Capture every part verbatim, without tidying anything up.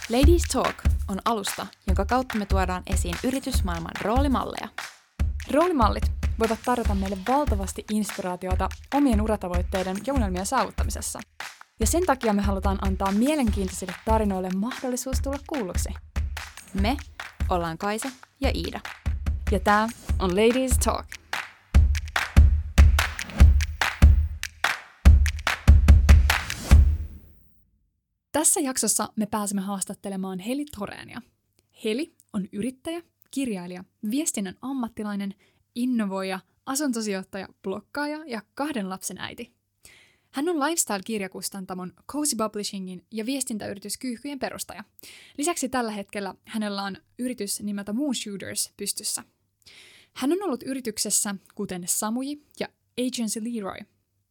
Ladies Talk on alusta, jonka kautta me tuodaan esiin yritysmaailman roolimalleja. Roolimallit voivat tarjota meille valtavasti inspiraatiota omien uratavoitteiden ja unelmien saavuttamisessa. Ja sen takia me halutaan antaa mielenkiintoisille tarinoille mahdollisuus tulla kuulluksi. Me ollaan Kaisa ja Iida. Ja tää on Ladies Talk. Tässä jaksossa me pääsemme haastattelemaan Heli Thorénia. Heli on yrittäjä, kirjailija, viestinnän ammattilainen, innovoija, asuntosijoittaja, blokkaaja ja kahden lapsen äiti. Hän on lifestyle-kirjakustantamon Cozy Publishingin ja viestintäyritys Kyyhkyjen perustaja. Lisäksi tällä hetkellä hänellä on yritys nimeltä Moonshooters pystyssä. Hän on ollut yrityksessä kuten Samuji ja Agency Leroy.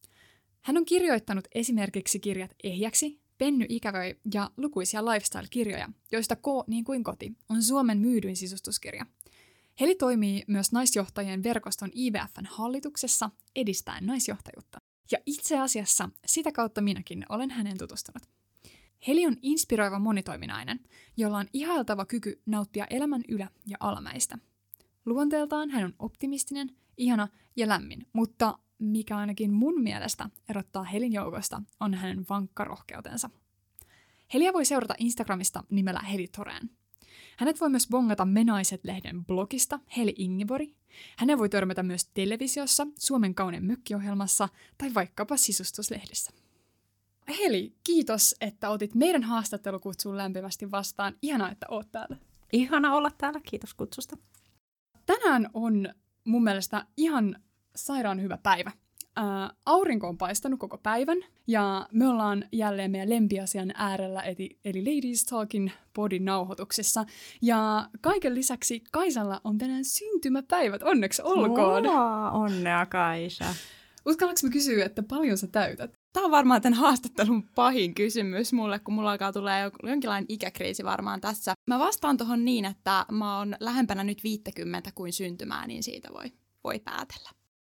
Hän on kirjoittanut esimerkiksi kirjat Ehjäksi, Penny ikävöi ja lukuisia lifestyle-kirjoja, joista K niin kuin koti on Suomen myydyin sisustuskirja. Heli toimii myös naisjohtajien verkoston I V F:n hallituksessa edistäen naisjohtajuutta. Ja itse asiassa sitä kautta minäkin olen hänen tutustunut. Heli on inspiroiva monitoiminainen, jolla on ihailtava kyky nauttia elämän ylä- ja alamäistä. Luonteeltaan hän on optimistinen, ihana ja lämmin, mutta mikä ainakin mun mielestä erottaa Helin joukosta, on hänen vankka rohkeutensa. Heliä voi seurata Instagramista nimellä Heli Thorén. Hänet voi myös bongata Me Naiset-lehden blogista Heli Ingivori. Hänen voi törmätä myös televisiossa, Suomen kaunein mökkiohjelmassa tai vaikkapa sisustuslehdissä. Heli, kiitos, että otit meidän haastattelukutsuun lämpimästi vastaan. Ihanaa, että oot täällä. Ihana olla täällä, kiitos kutsusta. Tänään on mun mielestä ihan sairaan hyvä päivä. Ää, aurinko on paistanut koko päivän ja me ollaan jälleen meidän lempiasian äärellä eli, eli Ladies Talkin podin nauhoituksessa. Ja kaiken lisäksi Kaisalla on tänään syntymäpäivät, onneksi olkoon. Oa, onnea Kaisa. Uskallanko mä kysyä, että paljon sä täytät? Tämä on varmaan tämän haastattelun pahin kysymys mulle, kun mulla alkaa tulla jonkinlainen ikäkriisi varmaan tässä. Mä vastaan tuohon niin, että mä oon lähempänä nyt viittäkymmentä kuin syntymää, niin siitä voi, voi päätellä.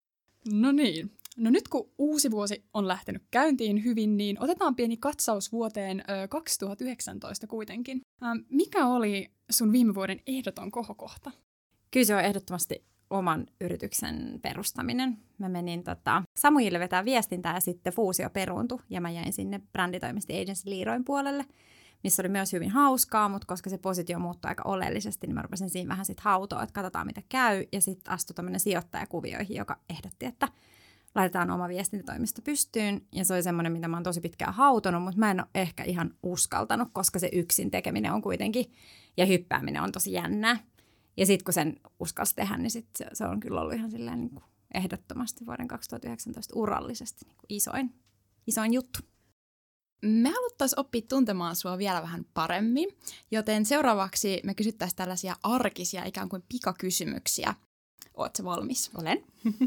No niin. No nyt kun uusi vuosi on lähtenyt käyntiin hyvin, niin otetaan pieni katsaus vuoteen ö, kaksituhattayhdeksäntoista kuitenkin. Ähm, mikä oli sun viime vuoden ehdoton kohokohta? Kyllä se on ehdottomasti oman yrityksen perustaminen. Mä menin tota, Samujille vetää viestintää ja sitten fuusio peruuntui ja mä jäin sinne bränditoimisti Agency Leroyn puolelle, missä oli myös hyvin hauskaa, mutta koska se positio muuttui aika oleellisesti, niin mä rupesin siinä vähän sitten hautoa, että katsotaan mitä käy. Ja sitten astui tämmöinen sijoittajakuvioihin, joka ehdotti, että laitetaan oma viestintätoimisto pystyyn. Ja se oli semmoinen, mitä mä oon tosi pitkään hautonut, mutta mä en ole ehkä ihan uskaltanut, koska se yksin tekeminen on kuitenkin, ja hyppääminen on tosi jännää. Ja sitten kun sen uskalsi tehdä, niin sit se, se on kyllä ollut ihan silleen niin kuin ehdottomasti vuoden kaksituhattayhdeksäntoista urallisesti niin kuin isoin, isoin juttu. Me haluttaisiin oppia tuntemaan sua vielä vähän paremmin, joten seuraavaksi me kysyttäisiin tällaisia arkisia ikään kuin pikakysymyksiä. Ootko valmis? Olen.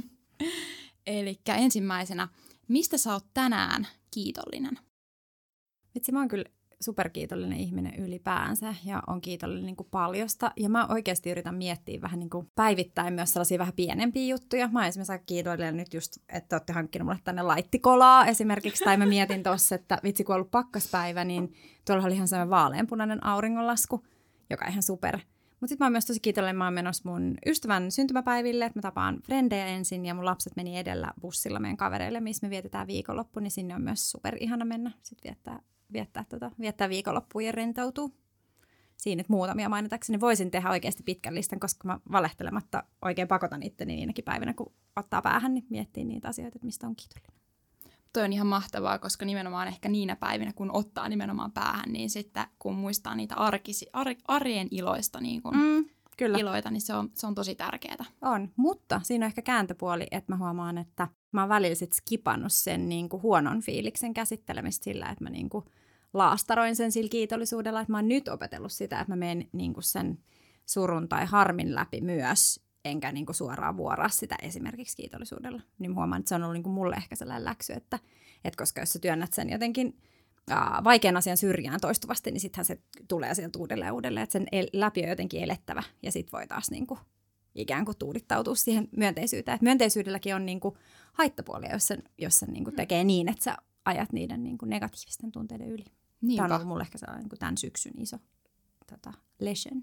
Elikkä ensimmäisenä, mistä sä oot tänään kiitollinen? Vitsi, mä oon kyllä superkiitollinen ihminen ylipäänsä ja on kiitollinen niin kuin paljosta. Ja mä oikeasti yritän miettiä vähän niin kuin päivittäin myös sellaisia vähän pienempiä juttuja. Mä oon esimerkiksi aika kiitollinen nyt just, että olette hankkinut mulle tänne laittikolaa esimerkiksi. Tai mä mietin tossa, että vitsi kun on ollut pakkaspäivä, niin tuolla oli ihan sellainen vaaleanpunainen auringonlasku, joka on ihan super. Mutta sitten mä oon myös tosi kiitollinen, mä oon menossa mun ystävän syntymäpäiville, että mä tapaan frendejä ensin ja mun lapset meni edellä bussilla meidän kavereille, missä me vietetään viikonloppu, niin sinne on myös super ihana mennä sitten viettää, viettää, tota, viettää viikonloppua ja rentoutuu. Siinä nyt muutamia mainitakseni voisin tehdä oikeasti pitkän listan, koska mä valehtelematta oikein pakotan itteni niinäkin päivinä, kun ottaa päähän, niin miettii niitä asioita, että mistä on kiitollinen. Toi on ihan mahtavaa, koska nimenomaan ehkä niinä päivinä, kun ottaa nimenomaan päähän, niin sitten kun muistaa niitä arkisi, ar, arjen iloista niin kun mm, kyllä. iloita, niin se on, se on tosi tärkeää. On, mutta siinä on ehkä kääntöpuoli, että mä huomaan, että mä oon välillä sit skipannut sen niin kuin huonon fiiliksen käsittelemistä sillä, että mä niin kuin laastaroin sen sillä kiitollisuudella, että mä oon nyt opetellut sitä, että mä menen niin kuin sen surun tai harmin läpi myös, enkä niin kuin suoraan vuoraa sitä esimerkiksi kiitollisuudella. Niin huomaan, että se on ollut niin kuin mulle ehkä sellainen läksy, että, että koska jos sä työnnät sen jotenkin ää, vaikean asian syrjään toistuvasti, niin sittenhän se tulee sieltä uudelleen ja uudelleen, että sen el- läpi on jotenkin elettävä ja sit voi taas niin kuin ikään kuin tuudittautua siihen myönteisyyteen. Et myönteisyydelläkin on niin kuin haittapuolia, jos sen, jos sen niin kuin tekee niin, että sä ajat niiden niin kuin negatiivisten tunteiden yli. Niinpä. Tämä on ollut mulle ehkä sellainen niin kuin tämän syksyn iso tota, lesson.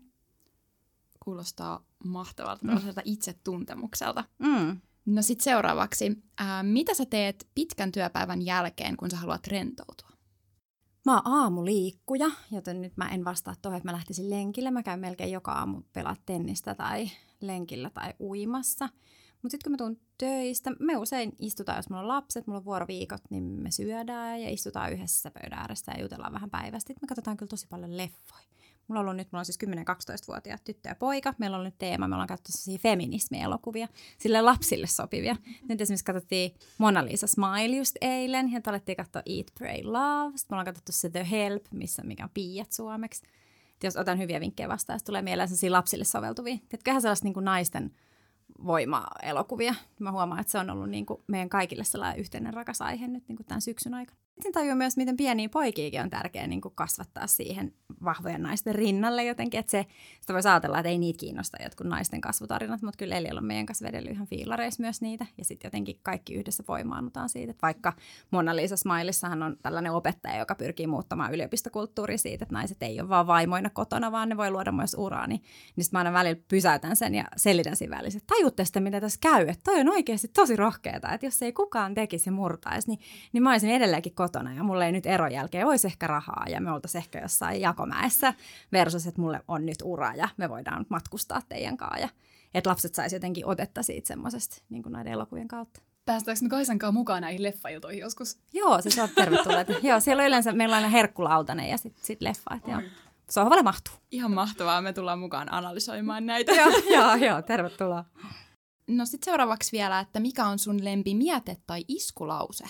Kuulostaa mahtavalta tällaiselta mm. itsetuntemukselta. Mm. No sit seuraavaksi, ää, mitä sä teet pitkän työpäivän jälkeen, kun sä haluat rentoutua? Mä oon aamuliikkuja, joten nyt mä en vastaa tuohon, että mä lähtisin lenkille. Mä käyn melkein joka aamu pelaa tennistä tai lenkillä tai uimassa. Mutta sitten kun mä tuun töistä, me usein istutaan, jos mulla on lapset, mulla on vuoroviikot, niin me syödään ja istutaan yhdessä pöydän ääressä ja jutellaan vähän päivästä. Sitten me katsotaan kyllä tosi paljon leffoja. Mulla on ollut nyt, mulla on siis kymmenen-kaksitoista-vuotiaat tyttö ja poika. Meillä on nyt teema, me ollaan katsottu sellaisia feminismi-elokuvia, sille lapsille sopivia. Nyt esimerkiksi katsottiin Mona Lisa Smile just eilen, ja alettiin katsoa Eat, Pray, Love. Sitten me ollaan katsottu se The Help, missä, mikä on piiat suomeksi. Et jos otan hyviä vinkkejä vastaan, jos tulee mieleen sellaisia lapsille soveltuvia. Tiedätköhän sellaista niin kuin naisten voima-elokuvia. Mä huomaan, että se on ollut niin kuin meidän kaikille sellainen yhteinen rakas aihe nyt niin kuin tämän syksyn aikana. Sitten tajuu myös, miten pieniä poikiakin on tärkeää niin kuin kasvattaa siihen vahvojen naisten rinnalle jotenkin. Että se, sitä voisi ajatella, että ei niitä kiinnosta jotkut naisten kasvutarinat, mutta kyllä Eliel on meidän kanssa vedellyt ihan fiilareissa myös niitä. Ja sitten jotenkin kaikki yhdessä voimaannutaan siitä. Että vaikka Mona Lisa Smileissahan on tällainen opettaja, joka pyrkii muuttamaan yliopistokulttuuria siitä, että naiset ei ole vaan vaimoina kotona, vaan ne voi luoda myös uraa. Niin, niin sitten mä aina välillä pysäytän sen ja selitän siinä välissä, että tajutte sitä, mitä tässä käy. Että toi on oikeasti tosi rohkeata, että jos ei kukaan tekisi ja murtaisi, niin, niin mä olisin edelleenkin kotona ja mulla ei nyt eron jälkeen olisi ehkä rahaa ja me oltaisiin ehkä jossain Jakomäessä versus, että mulle on nyt ura ja me voidaan matkustaa teidän kanssa. Ja, että lapset saisi jotenkin otetta siitä semmoisesta niin kuin näiden elokuvien kautta. Päästäänkö me Kaisankaan mukaan näihin leffailtoihin joskus? Joo, se saa tervetulleet. Joo, siellä on yleensä, meillä on aina herkkulautanen ja sitten sit leffa. Joo. Sohvalle mahtuu. Ihan mahtavaa, me tullaan mukaan analysoimaan näitä. joo, joo, joo, tervetuloa. No sitten seuraavaksi vielä, että mikä on sun lempimiete tai iskulause?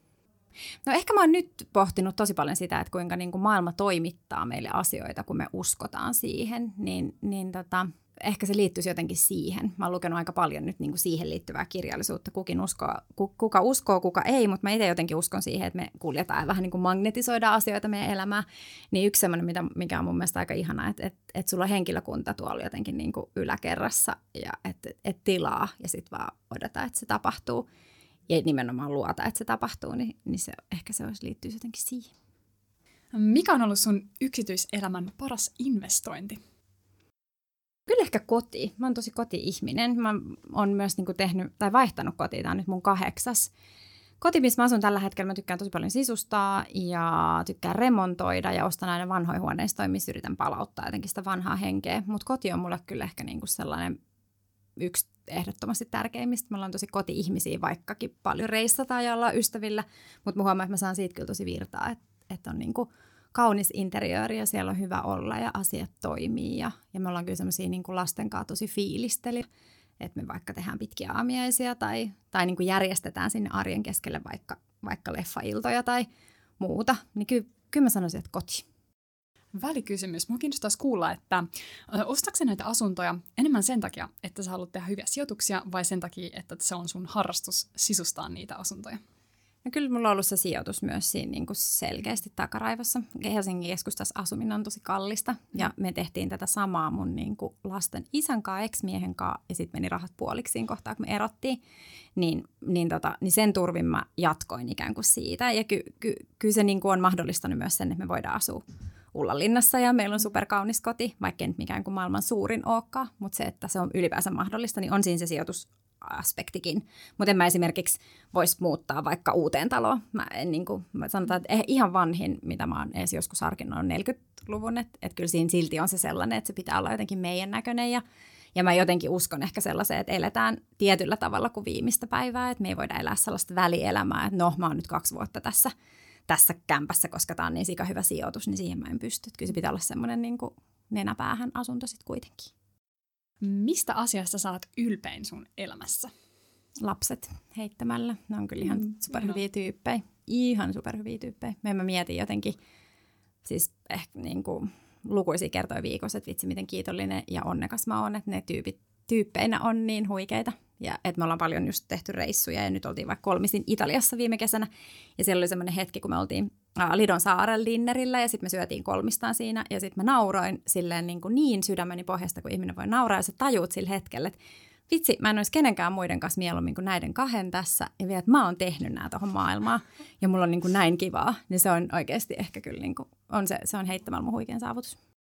No ehkä mä oon nyt pohtinut tosi paljon sitä, että kuinka niin kuin maailma toimittaa meille asioita, kun me uskotaan siihen, niin, niin tota, ehkä se liittyisi jotenkin siihen. Mä oon lukenut aika paljon nyt niin kuin siihen liittyvää kirjallisuutta, kukin uskoo, kuka uskoo, kuka ei, mutta mä itse jotenkin uskon siihen, että me kuljetaan ja vähän niin kuin magnetisoidaan asioita meidän elämään. Niin yksi semmoinen, mikä on mun mielestä aika ihanaa, että, että, että sulla on henkilökunta tuolla jotenkin niin kuin yläkerrassa ja että, että tilaa ja sitten vaan odotetaan, että se tapahtuu. Ja nimenomaan luota, että se tapahtuu, niin, niin se, ehkä se olisi liittyy jotenkin siihen. Mikä on ollut sun yksityiselämän paras investointi? Kyllä ehkä koti. Mä oon tosi koti-ihminen. Mä oon myös niin kuin tehnyt, tai vaihtanut kotia. Tämä on nyt mun kahdeksas koti, missä mä asun tällä hetkellä. Mä tykkään tosi paljon sisustaa ja tykkään remontoida ja ostan aina vanhoja huoneistoja, missä yritän palauttaa jotenkin sitä vanhaa henkeä. Mutta koti on mulle kyllä ehkä niin kuin sellainen yksi ehdottomasti tärkeimmistä. Me ollaan tosi koti-ihmisiä, vaikkakin paljon reissataan ja ollaan ystävillä, mutta mä huomaan, että mä saan siitä kyllä tosi virtaa, että, että on niin kuin kaunis interiööri ja siellä on hyvä olla ja asiat toimii ja, ja me ollaan kyllä semmoisia niin kuin lasten kanssa tosi fiilisteliä, että me vaikka tehdään pitkiä aamiaisia tai, tai niin kuin järjestetään sinne arjen keskelle vaikka, vaikka leffailtoja tai muuta, niin kyllä, kyllä mä sanoisin, että koti. Välikysymys. Mua kiinnostaisi kuulla, että ostatko näitä asuntoja enemmän sen takia, että sä haluat tehdä hyviä sijoituksia vai sen takia, että se on sun harrastus sisustaa niitä asuntoja? No kyllä mulla on ollut se sijoitus myös siinä niin kuin selkeästi takaraivossa. Helsingin keskustassa asuminen on tosi kallista ja me tehtiin tätä samaa mun niin kuin lasten isän kanssa, ex-miehen kanssa ja sitten meni rahat puoliksi siinä kohtaa, kun me erottiin. Niin, niin, tota, niin sen turvin mä jatkoin ikään kuin siitä ja ky, ky, kyllä se niin kuin on mahdollistanut myös sen, että me voidaan asua Ullanlinnassa ja meillä on superkaunis koti, vaikka ei nyt mikään kuin maailman suurin olekaan, mutta se, että se on ylipäänsä mahdollista, niin on siinä se sijoitusaspektikin. Mutta en mä esimerkiksi voisi muuttaa vaikka uuteen taloon. Mä en niin kuin, mä sanotaan, että ihan vanhin, mitä mä oon edes joskus harkinnut, on neljäkymmentäluvun, että et kyllä siinä silti on se sellainen, että se pitää olla jotenkin meidän näköinen ja Ja mä jotenkin uskon ehkä sellaiseen, että eletään tietyllä tavalla kuin viimeistä päivää, että me ei voida elää sellaista välielämää, että no mä oon nyt kaksi vuotta tässä, tässä kämpässä, koska tää on niin sika hyvä sijoitus, niin siihen mä en pysty. Että kyllä se pitää olla semmoinen niin kuin nenäpäähän asunto sitten kuitenkin. Mistä asiasta sä oot ylpein sun elämässä? Lapset heittämällä. Ne on kyllä ihan mm, superhyviä tyyppejä. Ihan superhyviä tyyppejä. Me mä mietin jotenkin, siis ehkä niin kuin lukuisia kertoja viikossa, että vitsi miten kiitollinen ja onnekas mä oon, että ne tyypit, tyyppeinä on niin huikeita. Ja että me ollaan paljon just tehty reissuja ja nyt oltiin vaikka kolmisin Italiassa viime kesänä. Ja siellä oli semmoinen hetki, kun me oltiin ää, Lidon saaren dinnerillä ja sitten me syötiin kolmistaan siinä. Ja sitten mä nauroin silleen niin, kuin niin sydämeni pohjasta, kun ihminen voi nauraa ja sä tajuut sillä hetkellä, että vitsi, mä en olisi kenenkään muiden kanssa mieluummin kuin näiden kahden tässä. Ja vielä, että mä oon tehnyt nämä tuohon maailmaan ja mulla on niin kuin näin kivaa. Niin se on oikeasti ehkä kyllä, niin kuin, on se, se on heittämällä mun huikean saavutus.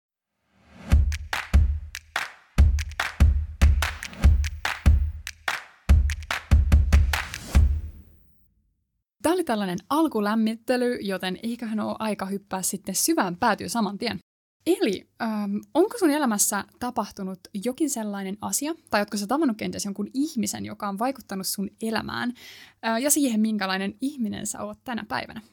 Tämä oli tällainen alkulämmittely, joten eiköhän ole aika hyppää sitten syvään päätyyn saman tien. Eli ähm, onko sun elämässä tapahtunut jokin sellainen asia, tai ootko sä tavannut kenties jonkun ihmisen, joka on vaikuttanut sun elämään, äh, ja siihen, minkälainen ihminen sä oot tänä päivänä?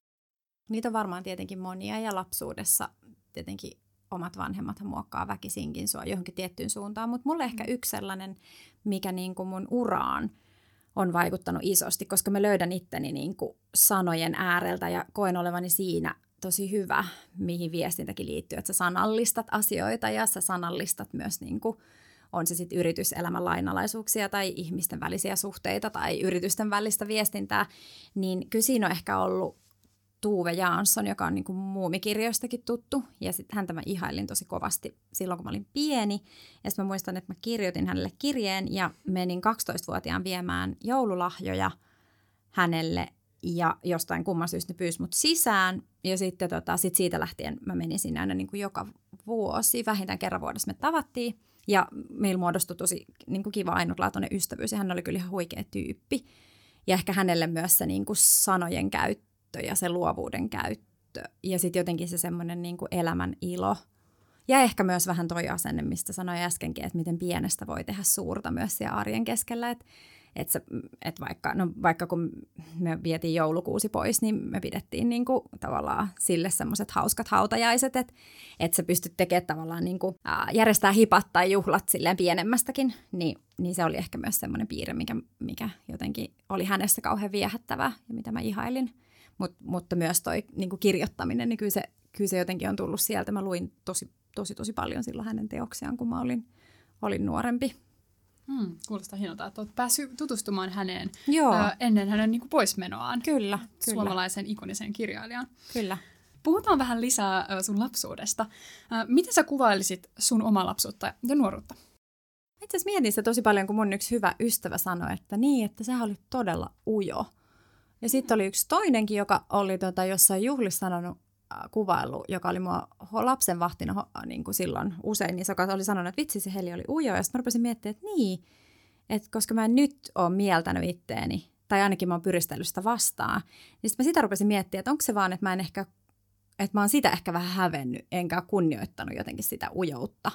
Niitä on varmaan tietenkin monia, ja lapsuudessa tietenkin omat vanhemmat muokkaa väkisinkin sua johonkin tiettyyn suuntaan, mutta mulle ehkä yksi sellainen, mikä niin kuin mun uraan on vaikuttanut isosti, koska mä löydän itteni niin kuin sanojen ääreltä ja koen olevani siinä tosi hyvä, mihin viestintäkin liittyy, että sä sanallistat asioita ja sä sanallistat myös, niin kuin, on se sitten yrityselämän lainalaisuuksia tai ihmisten välisiä suhteita tai yritysten välistä viestintää, niin kyllä siinä on ehkä ollut Tuve Jansson, joka on niin kuin Muumikirjoistakin tuttu, ja sitten häntä mä ihailin tosi kovasti silloin, kun mä olin pieni. Ja sitten mä muistan, että mä kirjoitin hänelle kirjeen ja menin kaksitoistavuotiaan viemään joululahjoja hänelle, ja jostain kumman syystä ne pyysi mut sisään. Ja sitten tota, sit siitä lähtien mä menin sinne aina niin kuin joka vuosi, vähintään kerran vuodessa me tavattiin. Ja meillä muodostui tosi niin kuin kiva ainutlaatuinen ystävyys, ja hän oli kyllä ihan huikea tyyppi. Ja ehkä hänelle myös se niin kuin sanojen käyttö ja se luovuuden käyttö ja sitten jotenkin se semmoinen niin kuin elämän ilo. Ja ehkä myös vähän toi asenne, mistä sanoin äskenkin, että miten pienestä voi tehdä suurta myös siellä arjen keskellä. Että et et vaikka, no vaikka kun me vietiin joulukuusi pois, niin me pidettiin niin kuin tavallaan sille semmoiset hauskat hautajaiset, että et sä pystyt tekemään tavallaan niin kuin, ää, järjestää hipat tai juhlat silleen pienemmästäkin. Niin, niin se oli ehkä myös semmoinen piirre, mikä, mikä jotenkin oli hänessä kauhean viehättävää ja mitä mä ihailin. Mut, mutta myös toi niin kuin kirjoittaminen, niin kyllä se, kyllä se jotenkin on tullut sieltä. Mä luin tosi, tosi, tosi paljon silloin hänen teoksiaan, kun mä olin, olin nuorempi. Hmm, kuulostaa hienolta, että olet päässyt tutustumaan häneen Joo. Ö, ennen hänen niin kuin poismenoaan. Kyllä, Suomalaisen ikonisen kirjailijan. Kyllä. Puhutaan vähän lisää ö, sun lapsuudesta. Ö, miten sä kuvailisit sun omaa lapsuutta ja nuoruutta? Itse asiassa mietin sitä tosi paljon, kun mun yksi hyvä ystävä sanoi, että niin, että sä olit todella ujo. Ja sitten oli yksi toinenkin, joka oli tota, jossain juhlissa sanonut, äh, kuvailu, joka oli mua lapsen vahtina ho, niin kuin silloin usein, niin se oli sanonut, että vitsi se Heli oli ujo. Ja sitten mä rupesin miettimään, että niin, että koska mä en nyt ole mieltänyt itteeni, tai ainakin mä oon pyristellyt sitä vastaan, niin sitten mä sitä rupesin miettimään, että onko se vaan, että mä en ehkä, että mä oon sitä ehkä vähän hävennyt, enkä kunnioittanut jotenkin sitä ujoutta.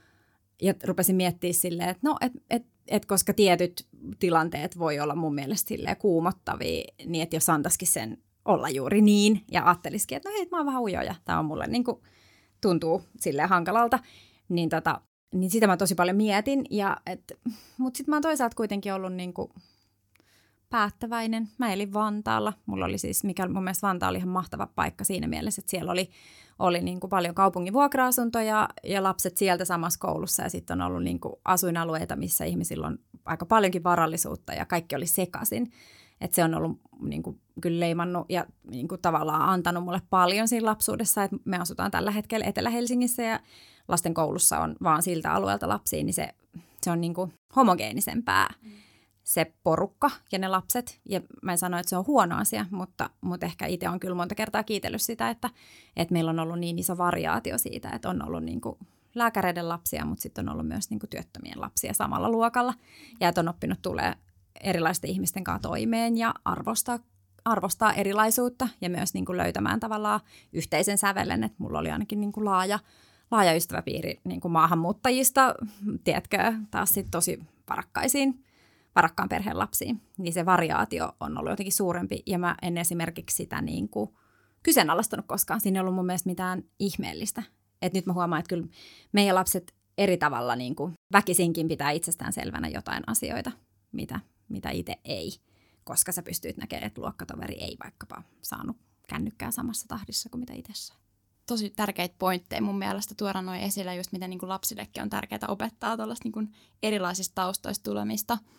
Ja rupesin miettimään silleen, että no, että et, et koska tietyt tilanteet voi olla mun mielestä silleen kuumottavia, niin että jos antaisikin sen olla juuri niin, ja ajattelisikin, että no hei, mä oon vähän ujoja, tämä on mulle niin kuin tuntuu silleen hankalalta, niin, tota, niin sitä mä tosi paljon mietin, ja mutta sitten mä oon toisaalta kuitenkin ollut niin kuin päättäväinen. Mä elin Vantaalla, mulla oli siis, mikä mun mielestä Vantaa oli ihan mahtava paikka siinä mielessä, että siellä oli Oli niin kuin paljon kaupungin vuokra-asuntoja ja lapset sieltä samassa koulussa ja sitten on ollut niin kuin asuinalueita, missä ihmisillä on aika paljonkin varallisuutta ja kaikki oli sekaisin. Että se on ollut niin kuin kyllä leimannut ja niin kuin tavallaan antanut mulle paljon siinä lapsuudessa, että me asutaan tällä hetkellä Etelä-Helsingissä ja lasten koulussa on vaan siltä alueelta lapsia, niin se, se on niin kuin homogeenisempää. Mm. Se porukka ja ne lapset, ja mä en sano, että se on huono asia, mutta, mutta ehkä itse on kyllä monta kertaa kiitellyt sitä, että, että meillä on ollut niin iso variaatio siitä, että on ollut niin kuin lääkäreiden lapsia, mutta sitten on ollut myös niin kuin työttömien lapsia samalla luokalla, ja että on oppinut tulee erilaisten ihmisten kanssa toimeen ja arvostaa, arvostaa erilaisuutta ja myös niin kuin löytämään tavallaan yhteisen sävelen, että mulla oli ainakin niin kuin laaja, laaja ystäväpiiri niin kuin maahanmuuttajista, tiedätkö, taas sitten tosi varakkaisiin varakkaan perheen lapsiin, niin se variaatio on ollut jotenkin suurempi, ja mä en esimerkiksi sitä niin kuin kyseenalaistanut koskaan. Siinä ei ollut mun mielestä mitään ihmeellistä. Et nyt mä huomaan, että kyllä meidän lapset eri tavalla niin kuin väkisinkin pitää itsestään selvänä jotain asioita, mitä, mitä itse ei, koska sä pystyt näkemään, että luokkatoveri ei vaikkapa saanut kännykkää samassa tahdissa kuin mitä itse sai. Tosi tärkeitä pointteja mun mielestä tuoda noin esille, just miten niin kuin lapsillekin on tärkeää opettaa tuollaista niin kuin erilaisista taustoista tulemista.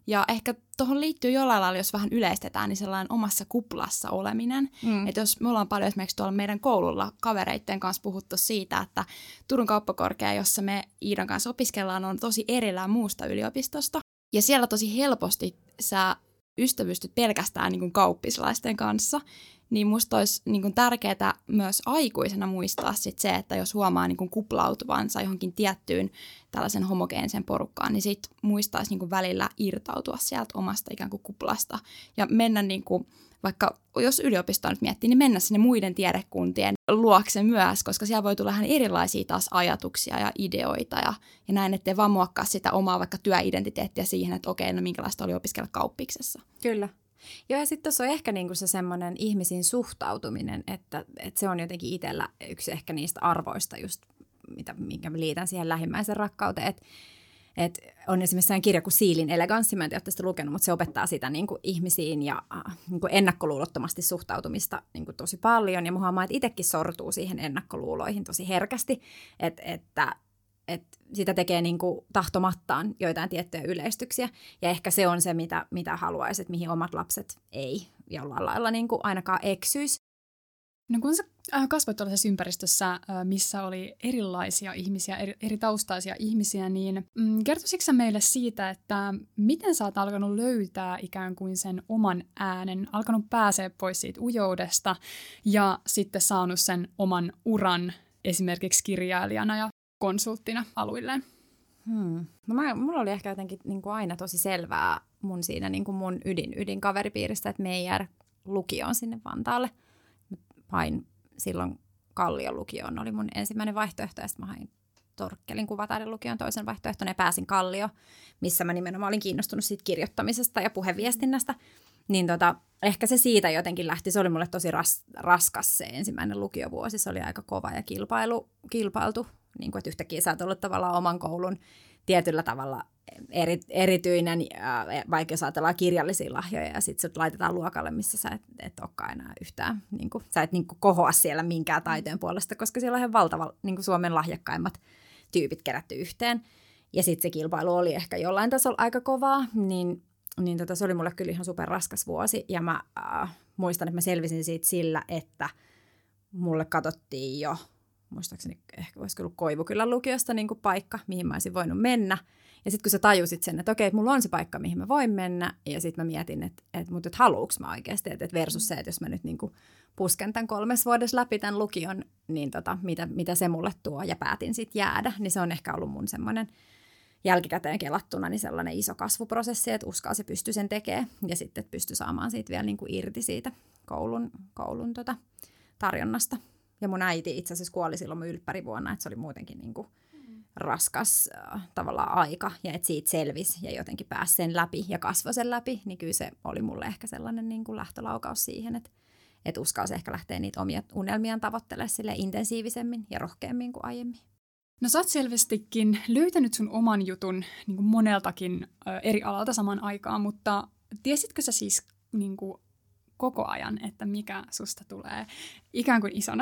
Ja ehkä tuohon liittyy jollain lailla, jos vähän yleistetään, niin sellainen omassa kuplassa oleminen. Mm. Että jos me ollaan paljon esimerkiksi tuolla meidän koululla kavereitten kanssa puhuttu siitä, että Turun kauppakorkea, jossa me Iidan kanssa opiskellaan, on tosi erillään muusta yliopistosta. Ja siellä tosi helposti sä ystävystyt pelkästään niin kuin kauppislaisten kanssa. Niin musta olisi niin kuin tärkeää myös aikuisena muistaa sit se, että jos huomaa niin kuin kuplautuvansa johonkin tiettyyn tällaisen homogeenisen porukkaan, niin sit muistaisi niin kuin välillä irtautua sieltä omasta ikään kuin kuplasta ja mennä, niin kuin, vaikka jos yliopistoa nyt miettii, niin mennä sinne muiden tiedekuntien luokse myös, koska siellä voi tulla ihan erilaisia taas ajatuksia ja ideoita ja, ja näin, ettei vaan muokkaa sitä omaa vaikka työidentiteettiä siihen, että okei, no minkälaista oli opiskella kauppiksessa. Kyllä. Joo, ja sitten tuossa on ehkä niinku se semmoinen ihmisiin suhtautuminen, että, että se on jotenkin itsellä yksi ehkä niistä arvoista just, mitä, minkä mä liitän siihen lähimmäisen rakkauteen. Että et on esimerkiksi sellainen kirja kuin Siilin eleganssi, mä en tiedä, sitä lukenut, mutta se opettaa sitä niinku ihmisiin ja äh, niinku ennakkoluulottomasti suhtautumista niinku tosi paljon. Ja mä huomaan, että itsekin sortuu siihen ennakkoluuloihin tosi herkästi, et, että että sitä tekee niin kuin tahtomattaan joitain tiettyjä yleistyksiä. Ja ehkä se on se, mitä, mitä haluaisi, että mihin omat lapset ei jollain lailla niin kuin ainakaan eksyisi. No kun sä kasvoit tuollaisessa ympäristössä, missä oli erilaisia ihmisiä, eri, eri taustaisia ihmisiä, niin mm, kertoisitko sä meille siitä, että miten sä oot alkanut löytää ikään kuin sen oman äänen, alkanut pääsee pois siitä ujoudesta ja sitten saanut sen oman uran esimerkiksi kirjailijana ja konsulttina aluilleen? Hmm. No mä, mulla oli ehkä jotenkin niin kuin aina tosi selvää mun siinä niin kuin mun ydin, ydin kaveripiiristä, että me ei jäädä lukioon sinne Vantaalle. Mä hain silloin Kallion lukioon, oli mun ensimmäinen vaihtoehto, ja sitten mä hain Torkkelin kuvataiden lukioon toisen vaihtoehtona ja pääsin Kallioon, missä mä nimenomaan olin kiinnostunut siitä kirjoittamisesta ja puheviestinnästä. Niin tota, ehkä se siitä jotenkin lähti. Se oli mulle tosi ras, raskas se ensimmäinen lukiovuosi. Se oli aika kova ja kilpailu, kilpailtu. Niin kuin, että yhtäkkiä sä oot ollut tavallaan oman koulun tietyllä tavalla eri, erityinen, vaikka jos ajatellaan kirjallisia lahjoja, ja sitten sut laitetaan luokalle, missä sä et, et olekaan enää yhtään, niin kuin, sä et niin kuin kohoa siellä minkään taiteen puolesta, koska siellä on ihan valtava niin kuin Suomen lahjakkaimmat tyypit kerätty yhteen. Ja sitten se kilpailu oli ehkä jollain tasolla aika kovaa, niin, niin tota, se oli mulle kyllä ihan superraskas vuosi, ja mä äh, muistan, että mä selvisin siitä sillä, että mulle katsottiin jo, muistaakseni ehkä voisi ollut Koivukylän lukiosta niin kuin paikka, mihin mä olisin voinut mennä. Ja sitten kun sä tajusit sen, että okei, että mulla on se paikka, mihin mä voin mennä, ja sitten mä mietin, että, että mutta että haluuks mä oikeasti, että versus se, että jos mä nyt niin kuin pusken tämän kolmes vuodessa läpi tämän lukion, niin tota, mitä, mitä se mulle tuo, ja päätin sitten jäädä, niin se on ehkä ollut mun semmoinen jälkikäteen kelattuna niin sellainen iso kasvuprosessi, että uskalsi pystyi sen tekemään, ja sitten että pystyi saamaan siitä vielä niin kuin irti siitä koulun, koulun tota, tarjonnasta. Ja mun äiti itse asiassa kuoli silloin mun ylppärivuonna, että se oli muutenkin niin kuin raskas äh, tavallaan aika, ja että siitä selvisi ja jotenkin pääsi sen läpi ja kasvoi sen läpi, niin kyllä se oli mulle ehkä sellainen niin kuin lähtölaukaus siihen, että, että uskalsi ehkä lähteä niitä omia unelmiaan tavoittelemaan sille intensiivisemmin ja rohkeammin kuin aiemmin. No sä oot selvästikin löytänyt sun oman jutun niin kuin moneltakin ö, eri alalta samaan aikaan, mutta tiesitkö sä siis niin kuin koko ajan, että mikä susta tulee ikään kuin isona?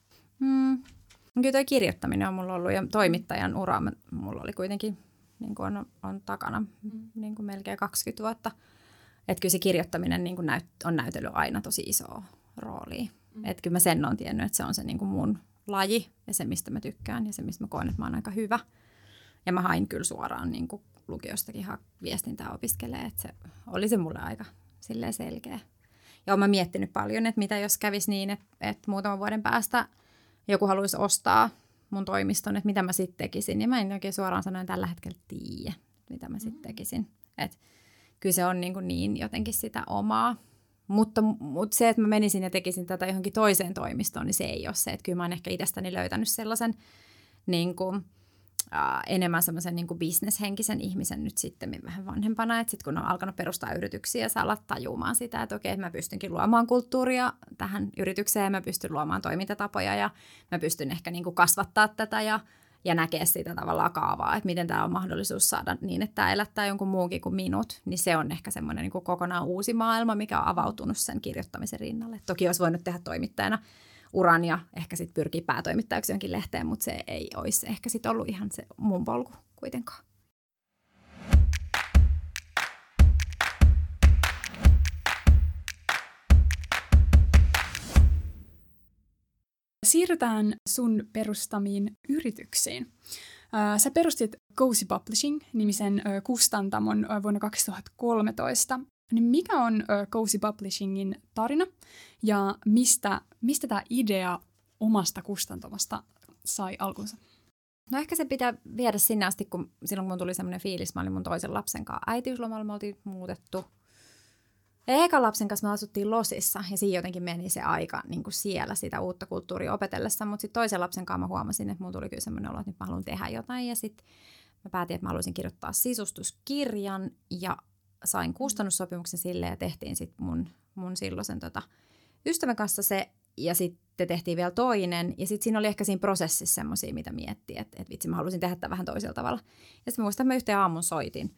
Mm. Kyllä toi kirjoittaminen on mulla ollut ja toimittajan ura mulla oli kuitenkin, niin kuin on, on takana mm. niin kuin melkein kaksikymmentä vuotta. Että kyllä se kirjoittaminen niin kuin näyt, on näytellyt aina tosi isoa roolia. Mm. Että kyllä mä sen on tiennyt, että se on se niin kuin mun laji ja se, mistä mä tykkään ja se, mistä mä koen, että mä oon aika hyvä. Ja mä hain kyllä suoraan niin kuin lukiostakin viestintää opiskelee, että se oli se mulle aika silleen selkeä. Ja oon mä miettinyt paljon, että mitä jos kävisi niin, että, että muutaman vuoden päästä joku haluaisi ostaa mun toimiston, että mitä mä sitten tekisin. Ja mä en oikein suoraan sanoen tällä hetkellä tiedä, mitä mä sitten tekisin. Että kyllä se on niin, kuin niin jotenkin sitä omaa. Mutta, mutta se, että mä menisin ja tekisin tätä johonkin toiseen toimistoon, niin se ei ole se. Että kyllä mä oon ehkä itsestäni löytänyt sellaisen niin kuin, äh, enemmän semmoisen niin kuin bisneshenkisen ihmisen nyt sitten vähän vanhempana. Että sitten kun on alkanut perustaa yrityksiä, saa olla tajumaan sitä, että okei, että mä pystynkin luomaan kulttuuria tähän yritykseen, mä pystyn luomaan toimintatapoja ja mä pystyn ehkä niin kuin kasvattaa tätä ja, ja näkee sitä tavallaan kaavaa, että miten tämä on mahdollisuus saada niin, että tämä elättää jonkun muunkin kuin minut, niin se on ehkä semmoinen niin kuin kokonaan uusi maailma, mikä on avautunut sen kirjoittamisen rinnalle. Toki olisi voinut tehdä toimittajana uran ja ehkä sitten pyrkii päätoimittajaksi jonkin lehteen, mutta se ei olisi ehkä sitten ollut ihan se mun polku kuitenkaan. Siirrytään sun perustamiin yrityksiin. Sä perustit Cozy Publishing-nimisen kustantamon vuonna kaksituhattakolmetoista. Niin mikä on Cozy Publishingin tarina ja mistä, mistä tämä idea omasta kustantamosta sai alkunsa? No ehkä se pitää viedä sinne asti, kun silloin kun tuli semmoinen fiilis, mä olin mun toisen lapsen kanssa äitiyslomalla, me oltiin muutettu. Ja ekan lapsen kanssa me asuttiin Losissa ja siinä jotenkin meni se aika niin kuin siellä sitä uutta kulttuuria opetellessa, mutta sitten toisen lapsen kanssa mä huomasin, että mulla tuli kyllä semmoinen olo, että nyt mä haluan tehdä jotain ja sitten mä päätin, että mä haluaisin kirjoittaa sisustuskirjan ja sain kustannussopimuksen silleen ja tehtiin sitten mun, mun silloisen tota, ystävän kanssa se ja sitten tehtiin vielä toinen ja sitten siinä oli ehkä siinä prosessissa semmoisia, mitä miettii, että, että vitsi mä halusin tehdä tämän vähän toisella tavalla. Ja sitten mä muistan, että mä yhteen aamun soitin.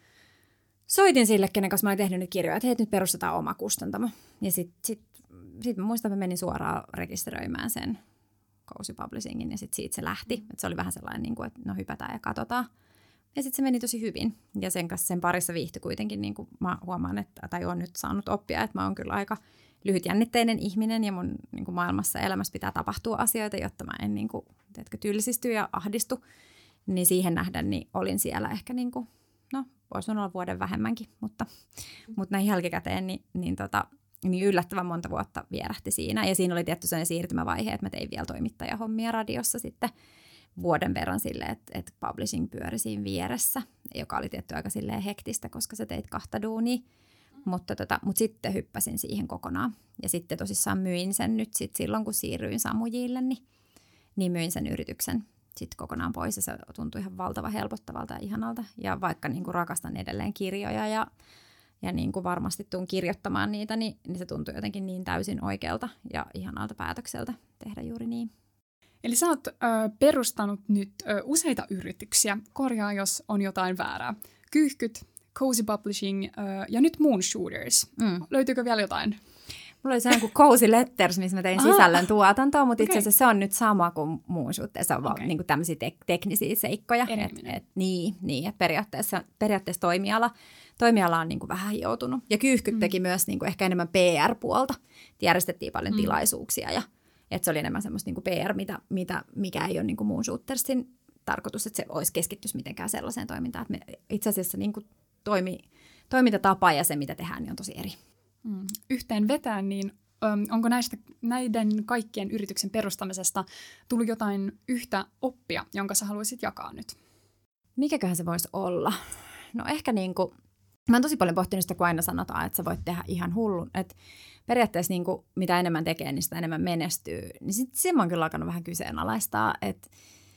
Soitin sille, kenen kanssa mä olin tehnyt nyt kirjoja, että hei, nyt perustetaan oma kustantamo. Ja sitten sit, sit mä muistan, että mä menin suoraan rekisteröimään sen Cozy Publishingin ja sitten siitä se lähti. Et se oli vähän sellainen, niin kuin, että no hypätään ja katsotaan. Ja sitten se meni tosi hyvin. Ja sen kanssa sen parissa viihtyi kuitenkin, niin kuin mä huomaan, että, tai olen nyt saanut oppia, että mä oon kyllä aika lyhytjännitteinen ihminen ja mun niin kuin maailmassa ja elämässä pitää tapahtua asioita, jotta mä en niin kuin, teetkö, tylsisty ja ahdistu. Niin siihen nähdä, niin olin siellä ehkä niin kuin, no voisi olla vuoden vähemmänkin, mutta, mutta näin jälkikäteen niin, niin, tota, niin yllättävän monta vuotta vierähti siinä. Ja siinä oli tietty sellainen siirtymävaihe, että mä tein vielä toimittajahommia radiossa sitten vuoden verran silleen, että, että publishing pyöri siinä vieressä, joka oli tietty aika silleen hektistä, koska sä teit kahta duunia. Mutta, tota, mutta sitten hyppäsin siihen kokonaan. Ja sitten tosissaan myin sen nyt sit silloin, kun siirryin Samujille, niin, niin myin sen yrityksen sitten kokonaan pois. Ja se tuntui ihan valtavan helpottavalta ja ihanalta. Ja vaikka niin kuin rakastan edelleen kirjoja ja, ja niin kuin varmasti tuun kirjoittamaan niitä, niin, niin se tuntui jotenkin niin täysin oikealta ja ihanalta päätökseltä tehdä juuri niin. Eli sä oot ö, perustanut nyt ö, useita yrityksiä. Korjaa, jos on jotain väärää. Kyyhkyt, Cozy Publishing ö, ja nyt Moonshooters. Mm. Löytyykö vielä jotain? Mulla oli sellainen kuin Cozy Letters, missä mä tein sisällön tuotantoa, mutta okay. Itse asiassa se on nyt sama kuin Moonshooters. Se on okay. vaan niin kuin tämmöisiä tek- teknisiä seikkoja. Et, et, niin, niin että periaatteessa, periaatteessa toimiala, toimiala on niin kuin vähän hioutunut. Ja Kyyhkyt mm. teki myös niin kuin ehkä enemmän P R-puolta. Järjestettiin paljon mm. tilaisuuksia ja että se oli enemmän semmoista niin kuin P R, mitä, mitä, mikä ei ole niin kuin Moonshootersin tarkoitus, että se olisi keskittyisi mitenkään sellaiseen toimintaan. Että me itse asiassa niin kuin toimi, toimintatapa ja se, mitä tehdään, niin on tosi eri. Mm. Yhteen vetään, niin äm, onko näistä, näiden kaikkien yrityksen perustamisesta tullut jotain yhtä oppia, jonka sä haluaisit jakaa nyt? Mikäköhän se voisi olla? No ehkä niin kuin, mä oon tosi paljon pohtinut sitä, kun aina sanotaan, että sä voit tehdä ihan hullun. Että periaatteessa niin kuin, mitä enemmän tekee, niin sitä enemmän menestyy. Niin sitten sen mä oon kyllä alkanut vähän kyseenalaistaa, että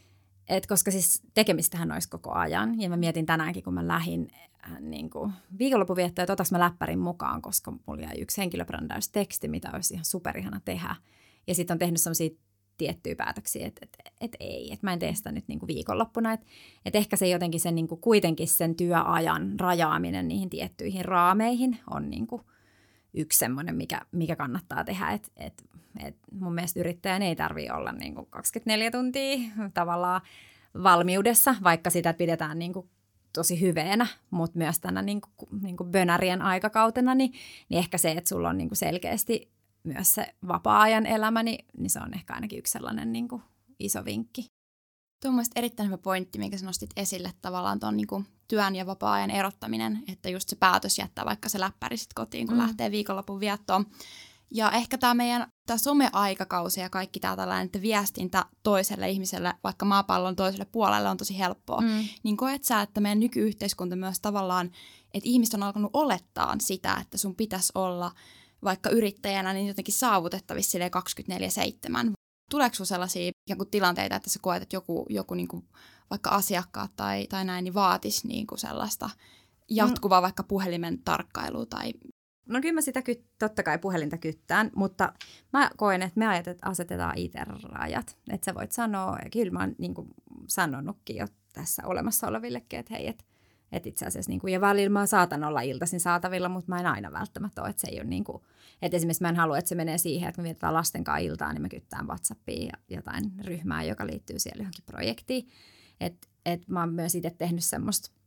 et koska siis tekemistähän olisi koko ajan. Ja mä mietin tänäänkin, kun mä lähdin äh, niin kuin viikonloppuviettoon, että otaks mä läppärin mukaan, koska mulla jäi yksi henkilöbrändäysteksti, mitä olisi ihan superihana tehdä. Ja sitten on tehnyt sellaisia tiettyjä päätöksiä, että et, et ei, että mä en tee sitä nyt niin kuin viikonloppuna. Että et ehkä se jotenkin sen, niin kuin kuitenkin sen työajan rajaaminen niihin tiettyihin raameihin on niin kuin yksi semmoinen, mikä, mikä kannattaa tehdä. Et, et, et mun mielestä yrittäjän ei tarvitse olla niin kuin kaksikymmentäneljä tuntia tavallaan valmiudessa, vaikka sitä pidetään niin kuin tosi hyveenä, mutta myös tänä niin kuin, niin kuin bönärien aikakautena, niin, niin ehkä se, että sulla on niin kuin selkeästi myös se vapaa-ajan elämä, niin, niin se on ehkä ainakin yksi sellainen niin kuin iso vinkki. Tuo on mielestäni erittäin hyvä pointti, minkä sä nostit esille, tavallaan tuon niin kuin työn ja vapaa-ajan erottaminen, että just se päätös jättää vaikka se läppäri sit kotiin, kun mm. lähtee viikonlopun viettoon. Ja ehkä tämä meidän tää some-aikakausi ja kaikki tämä tällainen, että viestintä toiselle ihmiselle, vaikka maapallon toiselle puolelle on tosi helppoa, mm. niin koet sä, että meidän nykyyhteiskunta myös tavallaan, että ihmiset on alkanut olettaa sitä, että sun pitäisi olla vaikka yrittäjänä niin jotenkin saavutettavissa kaksikymmentäneljä seitsemän. Tuleeko sinulla sellaisia ikään kuin tilanteita, että sä koet, että joku, joku niin kuin vaikka asiakkaat tai, tai näin niin vaatisi niin kuin sellaista jatkuvaa mm. vaikka puhelimen tarkkailua tai... No kyllä mä sitä kyt, totta kai puhelinta kyttään, mutta mä koen, että me asetetaan itse rajat. Että sä voit sanoa, ja kyllä mä oon niin kuin sanonutkin jo tässä olemassa olevillekin, että hei, että et itse asiassa, niin kuin, ja välillä mä saatan olla iltaisin saatavilla, mutta mä en aina välttämättä ole, että se ei ole niin kuin, että esimerkiksi mä en halua, että se menee siihen, että me vietetään lasten kanssa iltaa, niin mä kyttään WhatsAppiin ja jotain ryhmää, joka liittyy siellä johonkin projektiin. Että et mä oon myös itse tehnyt semmoista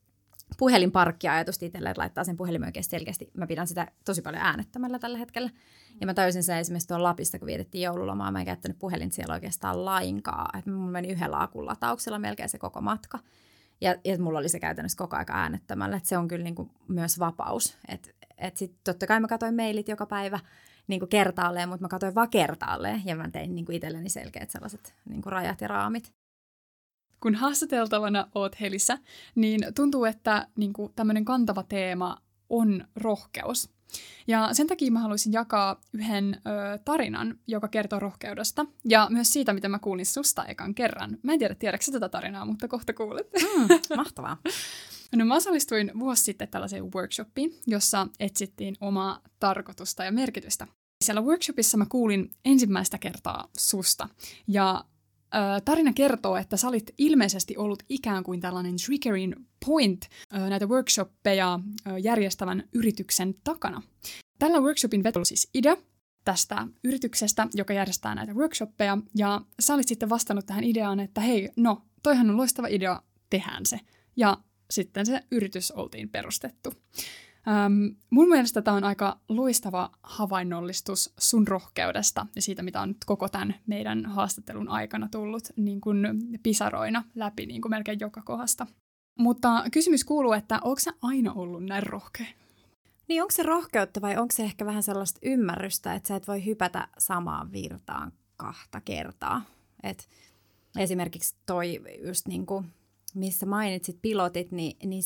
puhelinparkkiajatusta itselle, että laittaa sen puhelimen oikeasti selkeästi. Mä pidän sitä tosi paljon äänettömällä tällä hetkellä. Ja mä tajusin sen esimerkiksi tuon Lapista, kun vietettiin joululomaa. Mä en käyttänyt puhelinta siellä oikeastaan lainkaan. Että mulla meni yhdellä akun latauksella melkein se koko matka. Ja, ja mulla oli se käytännössä koko aika äänettömällä. Että se on kyllä niin kuin myös vapaus. Että et sitten totta kai mä katsoin mailit joka päivä niin kuin kertaalleen, mutta mä katsoin vaan kertaalleen. Ja mä tein niin kuin itselleni selkeät sellaiset niin kuin rajat ja raamit. Kun haastateltavana oot Helissä, niin tuntuu, että niin kuin tämmöinen kantava teema on rohkeus. Ja sen takia mä haluaisin jakaa yhden ö, tarinan, joka kertoo rohkeudesta. Ja myös siitä, mitä mä kuulin susta ekan kerran. Mä en tiedä, tiedätkö tätä tarinaa, mutta kohta kuulet. Mm, mahtavaa. No mä osallistuin vuosi sitten tällaiseen workshopiin, jossa etsittiin omaa tarkoitusta ja merkitystä. Siellä workshopissa mä kuulin ensimmäistä kertaa susta. Ja tarina kertoo, että sä olit ilmeisesti ollut ikään kuin tällainen triggering point näitä workshoppeja järjestävän yrityksen takana. Tällä workshopin veto oli siis idea tästä yrityksestä, joka järjestää näitä workshoppeja, ja sä olit sitten vastannut tähän ideaan, että hei, no, toihan on loistava idea, tehdään se. Ja sitten se yritys oltiin perustettu. Ähm, mun mielestä tämä on aika loistava havainnollistus sun rohkeudesta ja siitä, mitä on nyt koko tämän meidän haastattelun aikana tullut niin kuin pisaroina läpi niin kuin melkein joka kohdasta. Mutta kysymys kuuluu, että onko sä aina ollut näin rohkea? Niin, onko se rohkeutta vai onko se ehkä vähän sellaista ymmärrystä, että sä et voi hypätä samaan virtaan kahta kertaa? Et esimerkiksi toi just niin kuin, missä mainitsit pilotit, niin, niin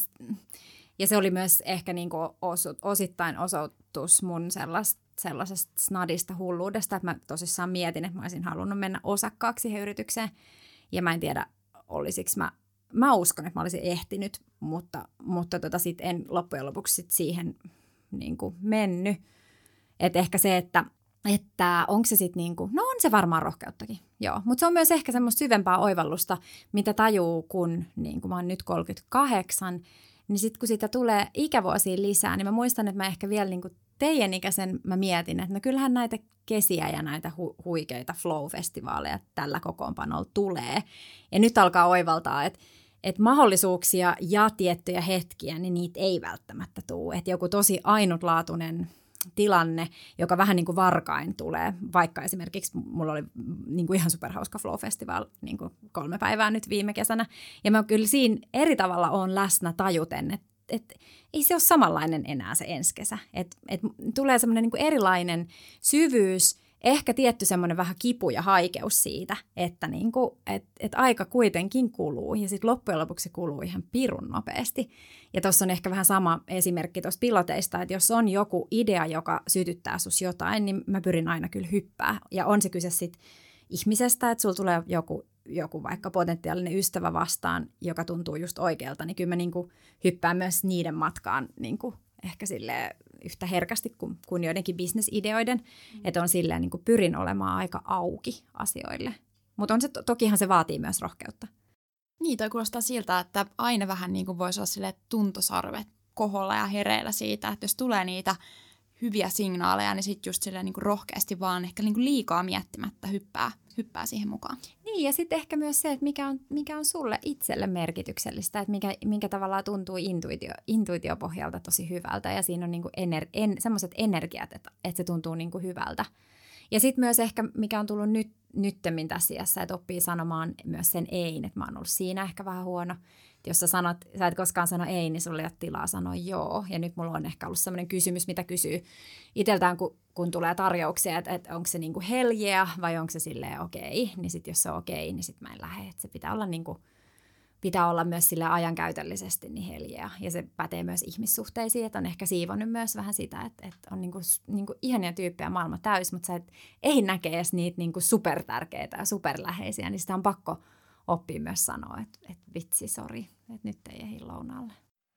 ja se oli myös ehkä niin kuin osu, osittain osoitus mun sellaista, sellaisesta snadista hulluudesta, että mä tosissaan mietin, että mä olisin halunnut mennä osakkaaksi siihen yritykseen. Ja mä en tiedä, olisiko mä, mä uskon, että mä olisin ehtinyt, mutta, mutta tota sit en loppujen lopuksi sit siihen niin kuin mennyt. Että ehkä se, että, että onko se sitten niin kuin, no on se varmaan rohkeuttakin, joo. Mutta se on myös ehkä semmoista syvempää oivallusta, mitä tajuu, kun niin kuin mä oon nyt kolmekymmentäkahdeksan, niin sitten kun siitä tulee ikävuosia lisää, niin mä muistan, että mä ehkä vielä niin kuin teidän ikäisen mä mietin, että no kyllähän näitä kesiä ja näitä hu- huikeita flow-festivaaleja tällä kokoonpanolla tulee. Ja nyt alkaa oivaltaa, että, että mahdollisuuksia ja tiettyjä hetkiä, niin niitä ei välttämättä tule. Että joku tosi ainutlaatuinen tilanne, joka vähän niin kuin varkain tulee, vaikka esimerkiksi mulla oli niin kuin ihan superhauska Flow-festival niin kuin kolme päivää nyt viime kesänä, ja mä kyllä siinä eri tavalla olen läsnä tajuten, että et, ei se ole samanlainen enää se ensi kesä, että et tulee semmoinen niin kuin erilainen syvyys, ehkä tietty semmoinen vähän kipu ja haikeus siitä, että niin kuin, et, et aika kuitenkin kuluu ja sitten loppujen lopuksi se kuluu ihan pirun nopeasti. Ja tuossa on ehkä vähän sama esimerkki tuosta piloteista, että jos on joku idea, joka sytyttää sus jotain, niin mä pyrin aina kyllä hyppää. Ja on se kyse sitten ihmisestä, että sulla tulee joku, joku vaikka potentiaalinen ystävä vastaan, joka tuntuu just oikealta, niin kyllä mä niin kuin hyppään myös niiden matkaan niin kuin ehkä silleen yhtä herkästi kuin, kuin joidenkin bisnesideoiden, mm. että on silleen niin kuin pyrin olemaan aika auki asioille. Mutta on se, tokihan se vaatii myös rohkeutta. Niin, toi kuulostaa siltä, että aina vähän niin kuin voisi olla silleen tuntosarvet koholla ja hereillä siitä, että jos tulee niitä hyviä signaaleja, niin sitten just silleen niin kuin rohkeasti vaan ehkä niin kuin liikaa miettimättä hyppää, hyppää siihen mukaan. Niin, ja sitten ehkä myös se, että mikä on, mikä on sulle itselle merkityksellistä, että mikä, minkä tavallaan tuntuu intuitio, intuitiopohjalta tosi hyvältä, ja siinä on niin kuin ener, en, semmoiset energiat, että, että se tuntuu niin kuin hyvältä. Ja sitten myös ehkä, mikä on tullut nyt, nyttemmin tässä iässä, että oppii sanomaan myös sen ei, että mä oon ollut siinä ehkä vähän huono. Jos sä sanot, sä et koskaan sano ei, niin sulla ei ole tilaa sanoa joo. Ja nyt mulla on ehkä ollut sellainen kysymys, mitä kysyy itseltään, kun, kun tulee tarjouksia, että, että onko se niinku hell yeah, vai onko se silleen okei. Okay. Niin sitten jos se on okei, okay, niin sitten mä en lähde. Että se pitää olla, niinku, pitää olla myös sille ajankäytöllisesti niin hell yeah. Ja se pätee myös ihmissuhteisiin, että on ehkä siivonnut myös vähän sitä, että, että on niinku, niinku ihania tyyppejä maailma täys, mutta sä et, ei näke edes niitä niinku supertärkeitä ja superläheisiä, niin sitä on pakko oppii myös sanoa, että, että vitsi, sori, että nyt ei ehdi lounaalle.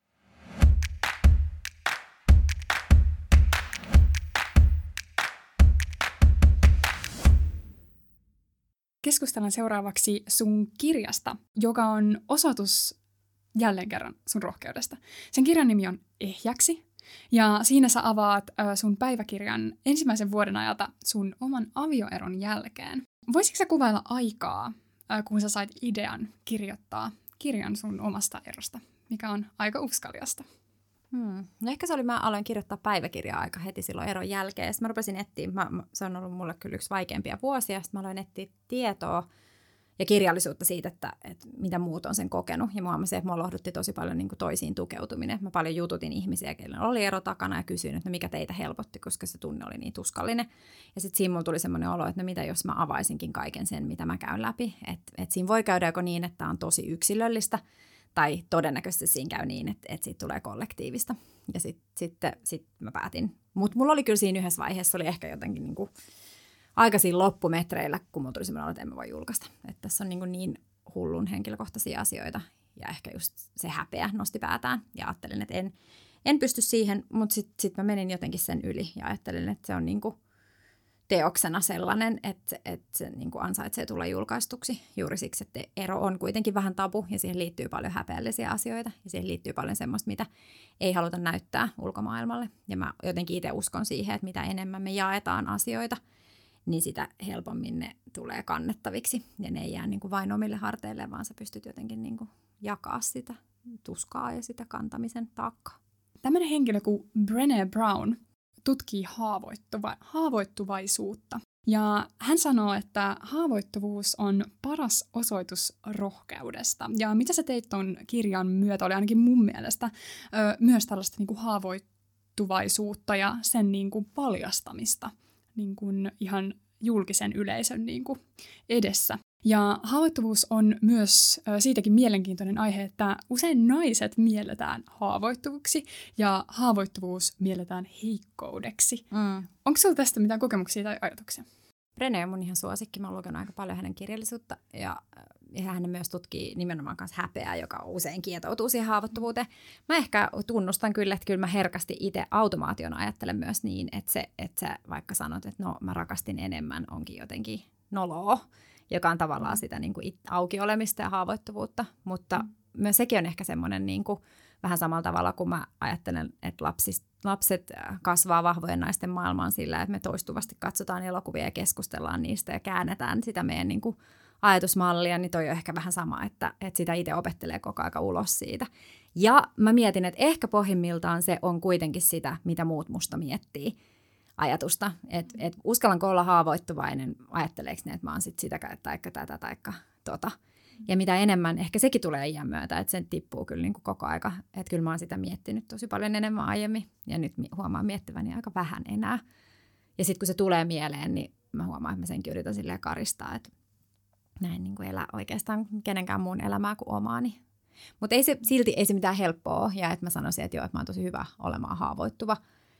Keskustellaan seuraavaksi sun kirjasta, joka on osoitus jälleen kerran sun rohkeudesta. Sen kirjan nimi on Ehjäksi, ja siinä sä avaat sun päiväkirjan ensimmäisen vuoden ajalta sun oman avioeron jälkeen. Voisitko sä kuvailla aikaa, kun sä sait idean kirjoittaa kirjan sun omasta erosta? mikä on aika uskaliasta. Hmm. No ehkä se oli, mä aloin kirjoittaa päiväkirjaa aika heti silloin eron jälkeen. Sitten mä rupesin etsiä, mä, se on ollut mulle kyllä yksi vaikeimpia vuosia. Sitten mä aloin etsiä tietoa ja kirjallisuutta siitä, että, että mitä muut on sen kokenut. Ja mä huomasin, että mua lohdutti tosi paljon niin kuin toisiin tukeutuminen. Mä paljon jututin ihmisiä, keillä oli ero takana ja kysyin, että no mikä teitä helpotti, koska se tunne oli niin tuskallinen. Ja sitten siinä mulla tuli semmoinen olo, että no mitä jos mä avaisinkin kaiken sen, mitä mä käyn läpi. Että et siinä voi käydä joko niin, että on tosi yksilöllistä, tai todennäköisesti siinä käy niin, että, että siitä tulee kollektiivista. Ja sitten sit, sit mä päätin. Mutta mulla oli kyllä siinä yhdessä vaiheessa, oli ehkä jotenkin niin kuin aika siinä loppumetreillä, kun mulla tuli semmoinen olo, että en mä voi julkaista. Että tässä on niin, kuin niin hullun henkilökohtaisia asioita. Ja ehkä just se häpeä nosti päätään. Ja ajattelin, että en, en pysty siihen, mutta sitten sit mä menin jotenkin sen yli. Ja ajattelin, että se on niin kuin teoksena sellainen, että, että se niin kuin ansaitsee tulla julkaistuksi juuri siksi, että ero on kuitenkin vähän tabu ja siihen liittyy paljon häpeällisiä asioita ja siihen liittyy paljon semmoista, mitä ei haluta näyttää ulkomaailmalle. Ja mä jotenkin itse uskon siihen, että mitä enemmän me jaetaan asioita, niin sitä helpommin ne tulee kannettaviksi ja ne ei jää niin kuin vain omille harteille, vaan sä pystyt jotenkin niin kuin jakaa sitä tuskaa ja sitä kantamisen taakkaa. Tämmöinen henkilö kuin Brené Brown tutkii haavoittuva, haavoittuvaisuutta. Ja hän sanoo, että haavoittuvuus on paras osoitus rohkeudesta. Ja mitä sä teit ton kirjan myötä oli ainakin mun mielestä ö, myös tällaista niin kuin haavoittuvaisuutta ja sen niin kuin paljastamista niin kuin ihan julkisen yleisön niin kuin edessä. Ja haavoittuvuus on myös ö, siitäkin mielenkiintoinen aihe, että usein naiset mielletään haavoittuvuksi ja haavoittuvuus mielletään heikkoudeksi. Mm. Onko sulla tästä mitään kokemuksia tai ajatuksia? Brené on mun ihan suosikki. Mä oon lukenut aika paljon hänen kirjallisuutta ja, ja hän myös tutkii nimenomaan kanssa häpeää, joka usein kietoutuu siihen haavoittuvuuteen. Mä ehkä tunnustan kyllä, että kyllä mä herkästi itse automaation ajattelen myös niin, että, se, että sä vaikka sanot, että no mä rakastin enemmän, onkin jotenkin noloa, joka on tavallaan sitä niin kuin auki olemista ja haavoittuvuutta, mutta mm. myös sekin on ehkä semmoinen niin kuin vähän samalla tavalla kuin mä ajattelen, että lapsis, lapset kasvaa vahvojen naisten maailmaan sillä, että me toistuvasti katsotaan elokuvia ja keskustellaan niistä ja käännetään sitä meidän niin kuin ajatusmallia, niin toi on ehkä vähän sama, että, että sitä itse opettelee koko aika ulos siitä. Ja mä mietin, että ehkä pohjimmiltaan se on kuitenkin sitä, mitä muut musta miettii. Ajatusta, että et uskallanko olla haavoittuvainen, ajatteleeko ne, että mä oon sit sitä taikka tätä taikka tota. Ja mitä enemmän, ehkä sekin tulee iän myötä, että sen tippuu kyllä niin kuin koko aika. Että kyllä mä oon sitä miettinyt tosi paljon enemmän aiemmin ja nyt huomaan miettiväni aika vähän enää. Ja sitten kun se tulee mieleen, niin mä huomaan, että mä senkin yritän silleen karistaa, että näin niin kuin elää oikeastaan kenenkään muun elämää kuin omaani. Mutta ei se, silti ei se mitään helppoa ole ja että mä sanoisin, että joo, että mä oon tosi hyvä olemaan haavoittuva.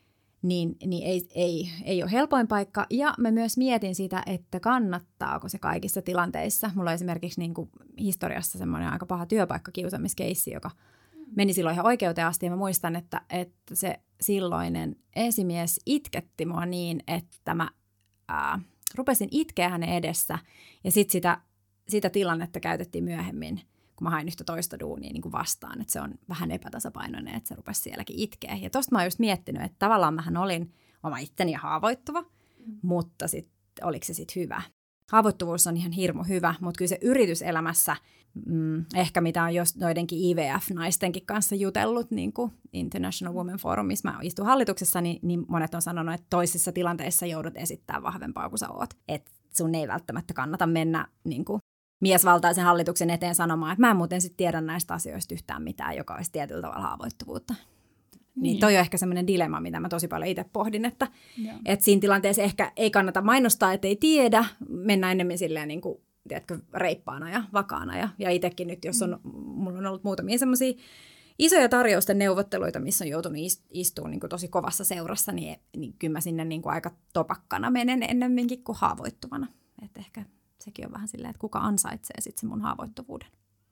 Niin, niin ei, ei, ei ole helpoin paikka. Ja mä myös mietin sitä, että kannattaako se kaikissa tilanteissa. Mulla on esimerkiksi niin kuin historiassa semmoinen aika paha työpaikkakiusaamiskeissi, joka meni silloin ihan oikeuteen asti. Ja mä muistan, että, että se silloinen esimies itketti mua niin, että mä ää, rupesin itkeä hänen edessä. Ja sitten sitä, sitä tilannetta käytettiin myöhemmin, kun mä hain yhtä toista duunia niin kuin vastaan, että se on vähän epätasapainoinen, että se rupesi sielläkin itkeä. Ja tosta mä oon just miettinyt, että tavallaan mähän olin oma itteni haavoittuva, mm. mutta sit, oliko se sitten hyvä? Haavoittuvuus on ihan hirmu hyvä, mutta kyllä se yrityselämässä, mm, ehkä mitä on jos noidenkin I V F-naistenkin kanssa jutellut, niin kuin International Women Forum, missä mä istun hallituksessa, niin, niin monet on sanonut, että toisissa tilanteissa joudut esittämään vahvempaa kuin sä oot. Että sun ei välttämättä kannata mennä niin kuin miesvaltaisen hallituksen eteen sanomaan, että mä en muuten sitten tiedä näistä asioista yhtään mitään, joka olisi tietyllä tavalla haavoittuvuutta. Niin. Niin toi on ehkä semmoinen dilemma, mitä mä tosi paljon itse pohdin, että, että siinä tilanteessa ehkä ei kannata mainostaa, että ei tiedä, mennä enemmän silleen niin kuin, tiedätkö, reippaana ja vakaana. Ja, ja itsekin nyt, jos on, mulla on ollut muutamia semmoisia isoja tarjousten neuvotteluita, missä on joutunut istumaan niin kuin tosi kovassa seurassa, niin, niin kyllä mä sinne niin kuin aika topakkana menen ennemminkin kuin haavoittuvana. Että ehkä sekin on vähän silleen, että kuka ansaitsee sitten sen mun haavoittuvuuden.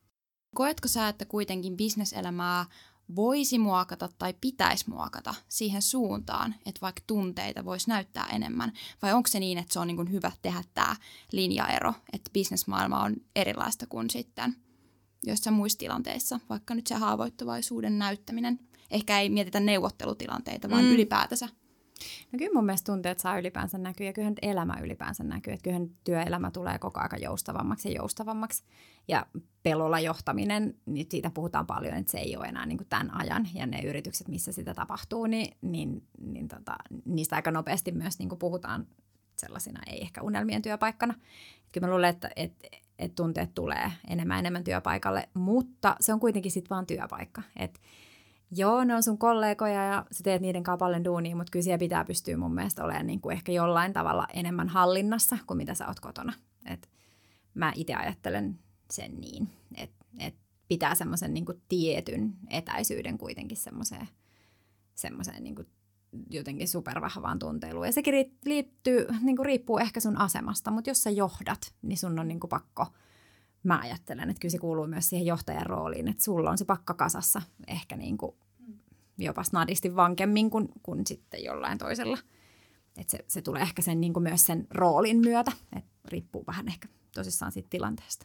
Koetko sä, että kuitenkin bisneselämää voisi muokata tai pitäisi muokata siihen suuntaan, että vaikka tunteita voisi näyttää enemmän? Vai onko se niin, että se on niin kuin hyvä tehdä tämä linjaero, että bisnesmaailma on erilaista kuin sitten joissain muissa tilanteissa, vaikka nyt se haavoittuvaisuuden näyttäminen. Ehkä ei mietitä neuvottelutilanteita, vaan mm. ylipäätänsä. No kyllä mun mielestä tunteet saa ylipäänsä näkyä ja kyllähän elämä ylipäänsä näkyy. Että kyllähän työelämä tulee koko ajan joustavammaksi ja joustavammaksi. Ja pelolla johtaminen, niin siitä puhutaan paljon, että se ei ole enää niin kuin tämän ajan. Ja ne yritykset, missä sitä tapahtuu, niin, niin, niin tota, niistä aika nopeasti myös niin kuin puhutaan sellaisina, ei ehkä unelmien työpaikkana. Et kyllä mä luulen, että, että, että tunteet tulee enemmän enemmän työpaikalle, mutta se on kuitenkin sitten vaan työpaikka. Että joo, ne on sun kollegoja ja sä teet niiden kanssa paljon duunia, mutta kyllä siellä pitää pystyä mun mielestä olemaan niin kuin ehkä jollain tavalla enemmän hallinnassa kuin mitä sä oot kotona. Et mä itse ajattelen sen niin, että et pitää semmoisen niin kuin tietyn etäisyyden kuitenkin semmoiseen, semmoiseen niin kuin jotenkin supervahvaan tunteiluun. Ja sekin liittyy, niin kuin riippuu ehkä sun asemasta, mutta jos sä johdat, niin sun on niin kuin pakko. Mä ajattelen, että kyllä se kuuluu myös siihen johtajan rooliin, että sulla on se pakka kasassa ehkä niin kuin jopa snadisti vankemmin kuin, kuin sitten jollain toisella. Että se, se tulee ehkä sen, niin kuin myös sen roolin myötä, että riippuu vähän ehkä tosissaan siitä tilanteesta.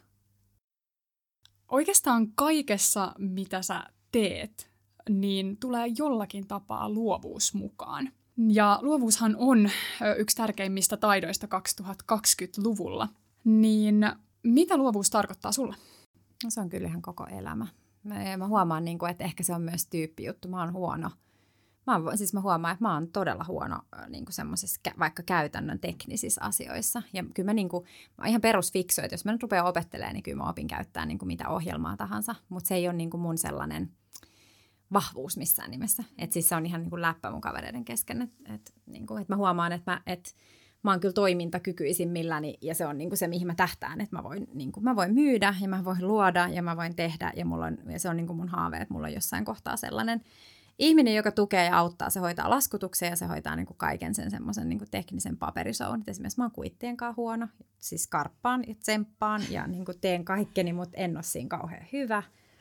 Oikeastaan kaikessa, mitä sä teet, niin tulee jollakin tapaa luovuus mukaan. Ja luovuushan on yksi tärkeimmistä taidoista kaksituhattakaksikymmentäluvulla. Niin mitä luovuus tarkoittaa sulle? No, se on kyllä ihan koko elämä. Mä, mä huomaan, niin kuin, että ehkä se on myös tyyppijuttu. Mä oon huono. Mä, oon, siis mä huomaan, että mä oon todella huono niin kuin semmoisissa vaikka käytännön teknisissä asioissa. Ja kyllä mä, niin kuin, mä oon ihan perusfiksu, että jos mä nyt rupean opettelemaan, niin kyllä mä opin käyttää niin kuin mitä ohjelmaa tahansa. Mutta se ei ole niin kuin mun sellainen vahvuus missään nimessä. Että siis se on ihan niin kuin läppä mun kavereiden kesken. Että et, niin kuin, et mä huomaan, että mä... Et, Mä oon kyllä toimintakykyisimmilläni ja se on niin kuin se, mihin mä tähtään, että mä voin, niin kuin, mä voin myydä ja mä voin luoda ja mä voin tehdä ja, mulla on, ja se on niin kuin mun haave, että mulla on jossain kohtaa sellainen ihminen, joka tukee ja auttaa. Se hoitaa laskutuksen ja se hoitaa niin kuin kaiken sen semmoisen niin kuin teknisen paperisoun. Esimerkiksi mä oon kuittien kanssa huono, siis skarppaan ja tsemppaan ja niin kuin teen kaikkeni, mutta en ole siinä kauhean hyvä.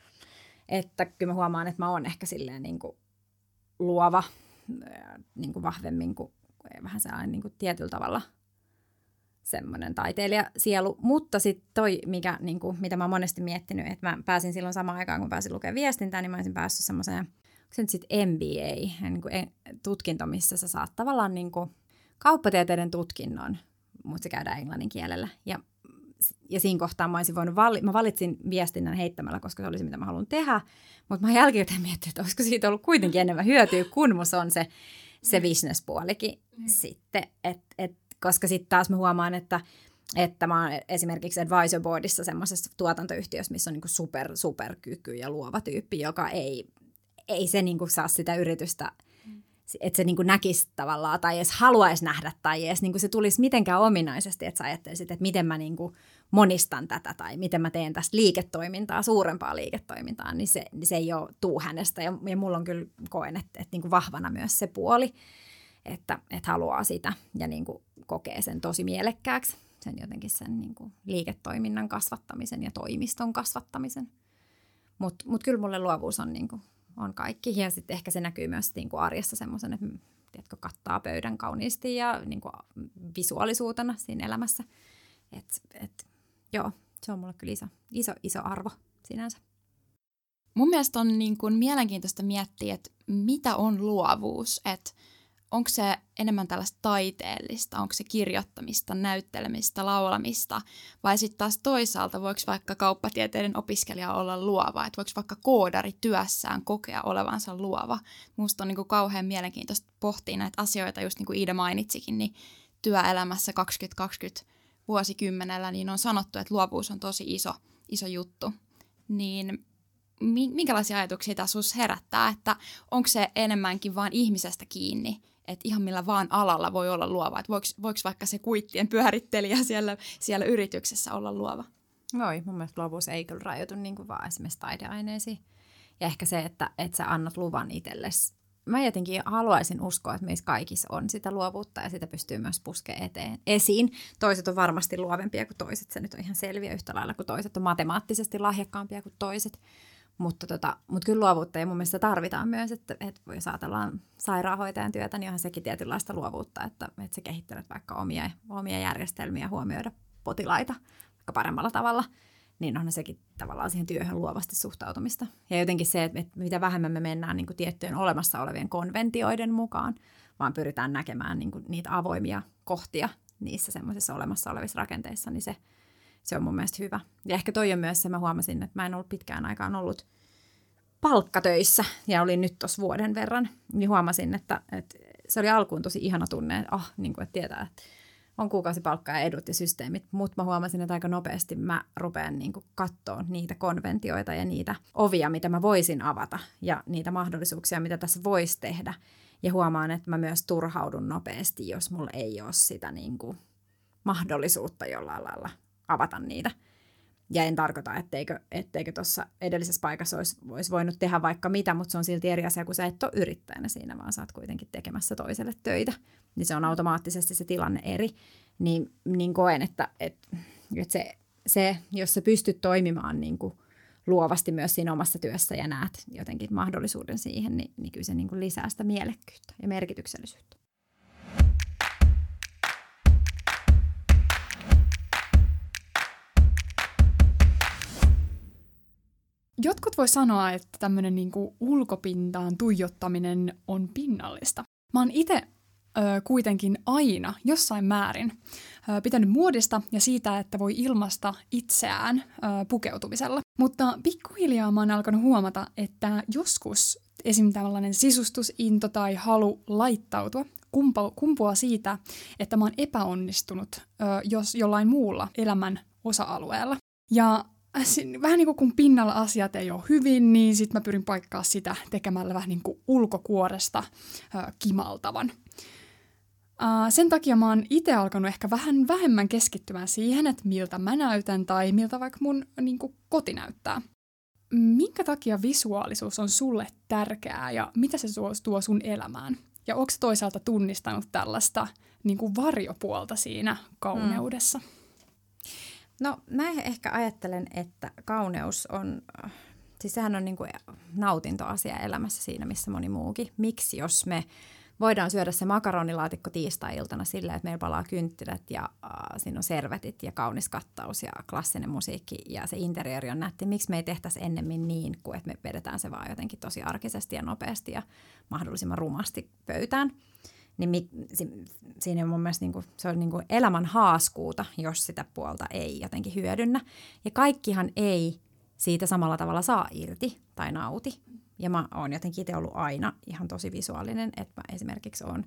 Että kyllä mä huomaan, että mä oon ehkä silleen niin kuin luova niin kuin vahvemmin kuin vähän sellainen niin kuin tietyllä tavalla semmoinen taiteilijasielu. Mutta sitten toi, mikä, niin kuin, mitä mä oon monesti miettinyt, että mä pääsin silloin samaan aikaan, kun pääsin lukemaan viestintää, niin mä olisin päässyt semmoiseen, onko se nyt sitten M B A, niin kuin tutkinto, missä sä saat tavallaan niin kuin kauppatieteiden tutkinnon, mutta se käydään englannin kielellä. Ja, ja siinä kohtaa mä olisin voinut, vali- mä valitsin viestinnän heittämällä, koska se oli se, mitä mä haluan tehdä. Mutta mä jälkikäteen miettinyt, että olisiko siitä ollut kuitenkin enemmän hyötyä, kun musta on se se business-puolikin mm. sitten, et, et, koska sitten taas mä huomaan, että, että mä oon esimerkiksi advisor boardissa semmoisessa tuotantoyhtiössä, missä on niinku super, superkyky ja luova tyyppi, joka ei, ei se niinku saa sitä yritystä, mm. että se niinku näkisi tavallaan tai edes haluaisi nähdä tai edes niinku se tulisi mitenkään ominaisesti, että sä ajattelisit, että miten mä niinku monistan tätä tai miten mä teen tästä liiketoimintaa, suurempaa liiketoimintaa, niin se, niin se ei ole tuu hänestä. Ja, ja mulla on kyllä koen, että, että niin kuin vahvana myös se puoli, että, että haluaa sitä ja niin kuin kokee sen tosi mielekkääksi, sen jotenkin sen niin kuin liiketoiminnan kasvattamisen ja toimiston kasvattamisen. Mutta mut kyllä mulle luovuus on, niin kuin, on kaikki ja sitten ehkä se näkyy myös niin kuin arjessa semmoisen, että tiedätkö, kattaa pöydän kauniisti ja niin kuin visuaalisuutena siinä elämässä. Et, et, joo, se on mulle kyllä iso, iso, iso arvo sinänsä. Mun mielestä on niin kuin mielenkiintoista miettiä, että mitä on luovuus, että onko se enemmän tällaista taiteellista, onko se kirjoittamista, näyttelemistä, laulamista, vai sitten taas toisaalta voiko vaikka kauppatieteiden opiskelija olla luova, että voiko vaikka koodari työssään kokea olevansa luova. Musta on niin kuin kauhean mielenkiintoista pohtia näitä asioita, just niin kuin Iida mainitsikin, niin työelämässä kaksituhattakaksikymmentä vuosikymmenellä, niin on sanottu, että luovuus on tosi iso, iso juttu. Niin minkälaisia ajatuksia tässä sinussa herättää, että onko se enemmänkin vaan ihmisestä kiinni, että ihan millä vaan alalla voi olla luova, että voiko, voiko vaikka se kuittien pyörittelijä siellä, siellä yrityksessä olla luova? Voi, mun mielestä luovuus ei kyllä rajoitu niin kuin vaan esimerkiksi taideaineisiin. Ja ehkä se, että, että sä annat luvan itsellesi. Mä jotenkin haluaisin uskoa, että meissä kaikissa on sitä luovuutta ja sitä pystyy myös puskemaan eteen, esiin. Toiset on varmasti luovempia kuin toiset, se nyt on ihan selviä yhtä lailla kuin toiset on matemaattisesti lahjakkaampia kuin toiset. Mutta, tota, mutta kyllä luovuutta ja mun mielestä tarvitaan myös, että, että jos ajatellaan sairaanhoitajan työtä, niin onhan sekin tietynlaista luovuutta, että, että sä kehittelet vaikka omia, omia järjestelmiä huomioida potilaita vaikka paremmalla tavalla. Niin onhan sekin tavallaan siihen työhön luovasti suhtautumista. Ja jotenkin se, että mitä vähemmän me mennään niin kuin tiettyjen olemassa olevien konventioiden mukaan, vaan pyritään näkemään niin kuin niitä avoimia kohtia niissä semmoisissa olemassa olevissa rakenteissa, niin se, se on mun mielestä hyvä. Ja ehkä toi on myös se, mä huomasin, että mä en ollut pitkään aikaan ollut palkkatöissä ja olin nyt tuossa vuoden verran, niin huomasin, että, että se oli alkuun tosi ihana tunne, että, oh, niin kuin, että tietää, että on kuukausipalkka ja edut ja systeemit, mutta mä huomasin, että aika nopeasti mä rupean niin kuin katsoa niitä konventioita ja niitä ovia, mitä mä voisin avata ja niitä mahdollisuuksia, mitä tässä voisi tehdä. Ja huomaan, että mä myös turhaudun nopeasti, jos mulla ei ole sitä niin kuin mahdollisuutta jollain lailla avata niitä. Ja en tarkoita, etteikö, etteikö tuossa edellisessä paikassa olisi, olisi voinut tehdä vaikka mitä, mutta se on silti eri asia, kun sä et ole yrittäjänä siinä, vaan sä oot kuitenkin tekemässä toiselle töitä. Niin se on automaattisesti se tilanne eri. Niin, niin koen, että, että, että se, se, jos sä pystyt toimimaan niin kuin luovasti myös siinä omassa työssä ja näet jotenkin mahdollisuuden siihen, niin, niin kyllä se niin kuin lisää sitä mielekkyyttä ja merkityksellisyyttä. Jotkut voi sanoa, että tämmöinen niinku ulkopintaan tuijottaminen on pinnallista. Mä oon itse kuitenkin aina jossain määrin ö, pitänyt muodista ja siitä, että voi ilmaista itseään ö, pukeutumisella. Mutta pikkuhiljaa mä oon alkanut huomata, että joskus esim. Tällainen sisustusinto tai halu laittautua kumpa, kumpuaa siitä, että mä oon epäonnistunut ö, jos jollain muulla elämän osa-alueella. Ja vähän niin kuin kun pinnalla asiat ei ole hyvin, niin sitten mä pyrin paikkaa sitä tekemällä vähän niin kuin ulkokuoresta ö, kimaltavan. Uh, sen takia mä oon itse alkanut ehkä vähän vähemmän keskittymään siihen, että miltä mä näytän tai miltä vaikka mun niin kuin, koti näyttää. Minkä takia visuaalisuus on sulle tärkeää ja mitä se tuo sun elämään? Ja onko toisaalta tunnistanut tällaista niin kuin varjopuolta siinä kauneudessa? Hmm. No mä ehkä ajattelen, että kauneus on, siis sehän on niin kuin nautintoasia elämässä siinä, missä moni muukin. Miksi jos me voidaan syödä se makaronilaatikko tiistai-iltana sillä, että meillä palaa kynttilät ja äh, siinä on servetit ja kaunis kattaus ja klassinen musiikki ja se interiöri on nätti. Miksi me ei tehtäisi ennemmin niin, kuin että me vedetään se vaan jotenkin tosi arkisesti ja nopeasti ja mahdollisimman rumasti pöytään. Niin mi, si, siinä on mun mielestä niinku, se on niinku elämän haaskuuta, jos sitä puolta ei jotenkin hyödynnä. Ja kaikkihan ei siitä samalla tavalla saa irti tai nauti. Ja mä oon jotenkin itse ollut aina ihan tosi visuaalinen, että mä esimerkiksi oon,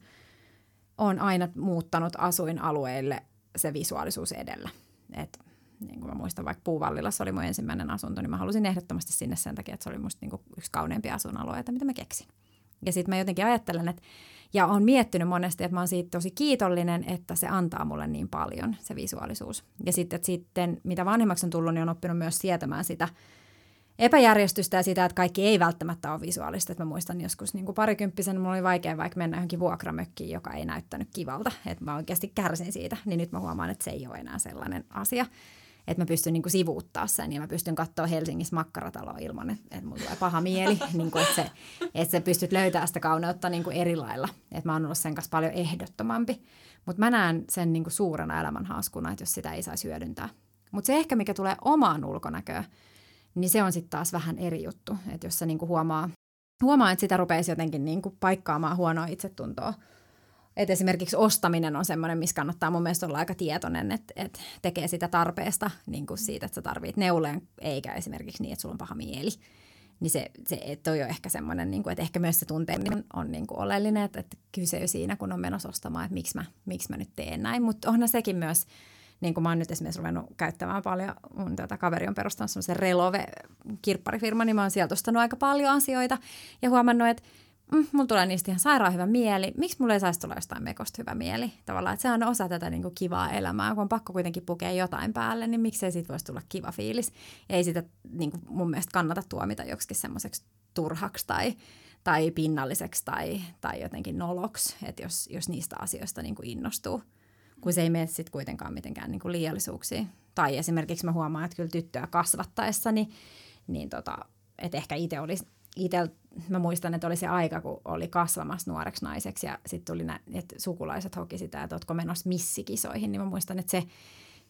oon aina muuttanut asuinalueille se visuaalisuus edellä. Et, niin kuin mä muistan, vaikka Puuvallilassa oli mun ensimmäinen asunto, niin mä halusin ehdottomasti sinne sen takia, että se oli musta niin kuin yksi kauneimpia asuinalueita, mitä mä keksin. Ja sitten mä jotenkin ajattelen, että, ja oon miettinyt monesti, että mä oon siitä tosi kiitollinen, että se antaa mulle niin paljon, se visuaalisuus. Ja sitten, että sitten mitä vanhemmaksi on tullut, niin on oppinut myös sietämään sitä epäjärjestystä ja sitä, että kaikki ei välttämättä ole visuaalista. Että mä muistan joskus niin kuin parikymppisen, mulla oli vaikea vaikka mennä johonkin vuokramökkiin, joka ei näyttänyt kivalta. Että mä oikeasti kärsin siitä, niin nyt mä huomaan, että se ei ole enää sellainen asia. Että mä pystyn niin kuin sivuuttaa sen ja mä pystyn katsoa Helsingissä makkarataloa ilman, että, että mulla tulee paha mieli. niin kuin, että, se, että sä pystyt löytämään sitä kauneutta niin kuin eri lailla. Että mä oon ollut sen kanssa paljon ehdottomampi. Mutta mä näen sen niin kuin suurena elämänhaaskuna, että jos sitä ei saisi hyödyntää. Mutta se ehkä, mikä tulee omaan ulkonäköön, niin se on sitten taas vähän eri juttu. Että jos sä niinku huomaa, huomaa, että sitä rupeaisi jotenkin niinku paikkaamaan huonoa itsetuntoa. Että esimerkiksi ostaminen on semmoinen, missä kannattaa mun mielestä olla aika tietoinen, että, että tekee sitä tarpeesta, niin kuin siitä, että sä tarvit neuleen, eikä esimerkiksi niin, että sulla on paha mieli. Niin se, se toi on ehkä semmoinen, niin kuin, että ehkä myös se tunteeminen on, on niin kuin oleellinen, että, että kyse siinä, kun on menossa ostamaan, että miksi mä, miksi mä nyt teen näin. Mutta onhan sekin myös, niin kuin mä oon nyt esimerkiksi ruvennut käyttämään paljon, mun tuota, kaveri on perustanut semmoisen Relove-kirpparifirma, niin mä oon sieltä ostanut aika paljon asioita ja huomannut, että mm, mulla tulee niistä ihan sairaan hyvä mieli. Miksi mulla ei saisi tulla jostain mekosta hyvä mieli? Tavallaan, että se on osa tätä niin kuin kivaa elämää. Kun on pakko kuitenkin pukea jotain päälle, niin miksei siitä voisi tulla kiva fiilis? Ja ei sitä niin kuin mun mielestä kannata tuomita joksikin semmoiseksi turhaksi tai, tai pinnalliseksi tai, tai jotenkin noloksi, että jos, jos niistä asioista niin kuin innostuu. Kun se ei mene sitten kuitenkaan mitenkään niin kuin liiallisuuksiin. Tai esimerkiksi mä huomaan, että kyllä tyttöä kasvattaessani, niin tota, että ehkä itse olisi, itse mä muistan, että oli se aika, kun oli kasvamassa nuoreksi naiseksi ja sitten tuli nä, että sukulaiset hoki sitä, että ootko menossa missikisoihin, niin mä muistan, että se,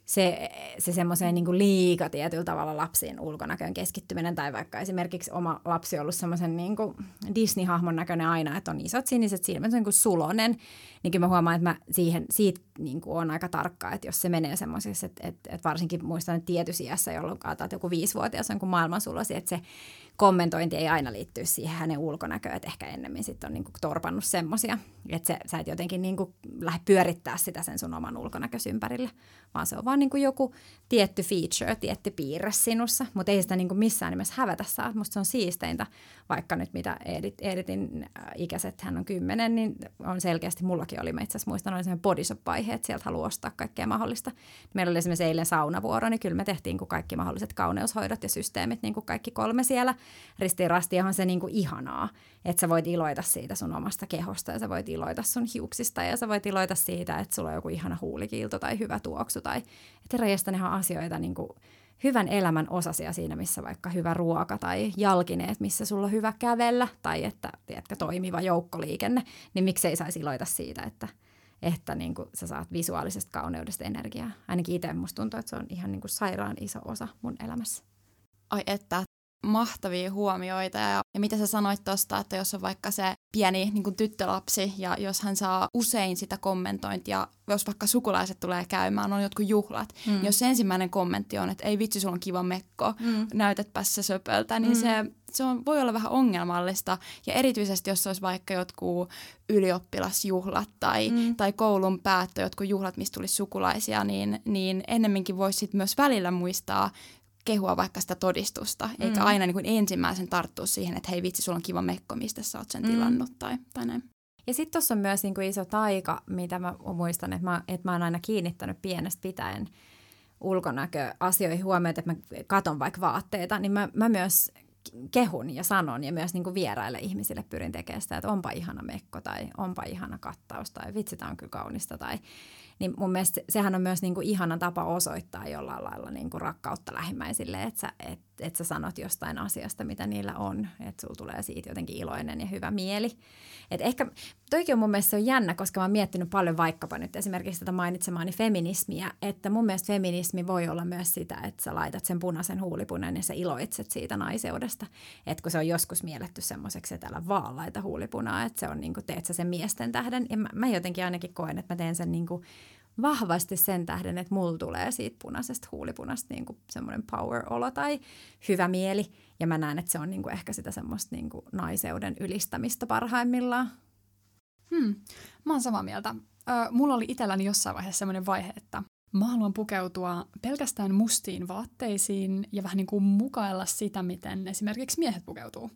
se, se semmoiseen niin kuin liika tietyllä tavalla lapsiin ulkonäköön keskittyminen, tai vaikka esimerkiksi oma lapsi on ollut semmoisen niin kuin Disney-hahmon näköinen aina, että on isot siniset silmät, se on niin kuin sulonen, niin kyllä mä huomaan, että mä siihen, siitä niin kuin on aika tarkka, että jos se menee semmoisessa, että, että, että varsinkin muistan, että tietyssä iässä, jolloin kaataa joku viisivuotias on kuin maailmansulosi, että se kommentointi ei aina liittyy siihen hänen ulkonäköön, että ehkä ennemmin sitten on niin kuin torpannut semmoisia, että se, sä et jotenkin niin kuin lähde pyörittää sitä sen sun oman ulkonäkös ympärille, vaan se on vaan niin kuin joku tietty feature, tietty piirre sinussa, mutta ei sitä niin kuin missään nimessä hävetä saa. Musta se on siisteintä, vaikka nyt mitä Edith, Edithin ikäiset, hän on kymmenen, niin on selkeästi, mullakin oli, mä itse asiassa muistan, oli sellainen bodyshop-vaihe, että sieltä haluaa ostaa kaikkea mahdollista. Meillä oli esimerkiksi eilen saunavuoro, niin kyllä me tehtiin kuin kaikki mahdolliset kauneushoidot ja systeemit, niin kuin kaikki kolme siellä ristiin rastiin, on se niin kuin ihanaa, että sä voit iloita siitä sun omasta kehosta ja sä voit iloita sun hiuksista ja sä voit iloita siitä, että sulla on joku ihana huulikiilto tai hyvä tuoksu tai että rajasta ne on asioita niin kuin hyvän elämän osasia siinä, missä vaikka hyvä ruoka tai jalkineet, missä sulla on hyvä kävellä tai että tiedätkö, toimiva joukkoliikenne, niin miksei saisi iloita siitä, että, että niin kuin sä saat visuaalisesta kauneudesta energiaa. Ainakin itse musta tuntuu, että se on ihan niin kuin sairaan iso osa mun elämässä. Ai että, mahtavia huomioita. Ja, ja mitä sä sanoit tuosta, että jos on vaikka se pieni niin kuin tyttölapsi ja jos hän saa usein sitä kommentointia, jos vaikka sukulaiset tulee käymään, on jotkut juhlat, mm. niin jos se ensimmäinen kommentti on, että ei vitsi, sulla on kiva mekko, mm. näytätpäs sä söpöltä, niin mm. se, se on, voi olla vähän ongelmallista. Ja erityisesti, jos olisi vaikka jotkut ylioppilasjuhlat tai, mm. tai koulun päättö, jotkut juhlat, mistä tulisi sukulaisia, niin, niin ennemminkin voisi sit myös välillä muistaa kehua vaikka sitä todistusta, eikä mm. aina niin kuin ensimmäisen tarttua siihen, että hei vitsi, sulla on kiva mekko, mistä sä oot sen mm. tilannut tai, tai näin. Ja sitten tuossa on myös niin kuin iso taika, mitä mä muistan, että mä, että mä oon aina kiinnittänyt pienestä pitäen ulkonäköasioihin huomioon, että mä katon vaikka vaatteita, niin mä, mä myös kehun ja sanon ja myös niin kuin vieraille ihmisille pyrin tekemään sitä, että onpa ihana mekko tai onpa ihana kattaus tai vitsi, tää on kyllä kaunista tai niin mun mielestä sehän on myös niinku ihana tapa osoittaa jollain lailla niinku rakkautta lähimmäisille, että sä, et, et sä sanot jostain asiasta, mitä niillä on, että sulla tulee siitä jotenkin iloinen ja hyvä mieli. Et ehkä toikin on mun mielestä se on jännä, koska mä oon miettinyt paljon vaikkapa nyt esimerkiksi tätä mainitsemaani feminismiä, että mun mielestä feminismi voi olla myös sitä, että sä laitat sen punaisen huulipunan ja sä iloitset siitä naiseudesta. Että kun se on joskus mielletty semmoiseksi, että älä vaan laita huulipunaa, että se on niinku, teet sä sen miesten tähden. Ja mä, mä jotenkin ainakin koen, että mä teen sen niinku vahvasti sen tähden, että mulla tulee siitä punaisesta huulipunasta niinku semmoinen power-olo tai hyvä mieli. Ja mä näen, että se on niinku ehkä sitä semmoista niinku naiseuden ylistämistä parhaimmillaan. Hmm. Mä oon samaa mieltä. Ö, mulla oli itselläni jossain vaiheessa semmoinen vaihe, että mä haluan pukeutua pelkästään mustiin vaatteisiin ja vähän niin kuin mukailla sitä, miten esimerkiksi miehet pukeutuu.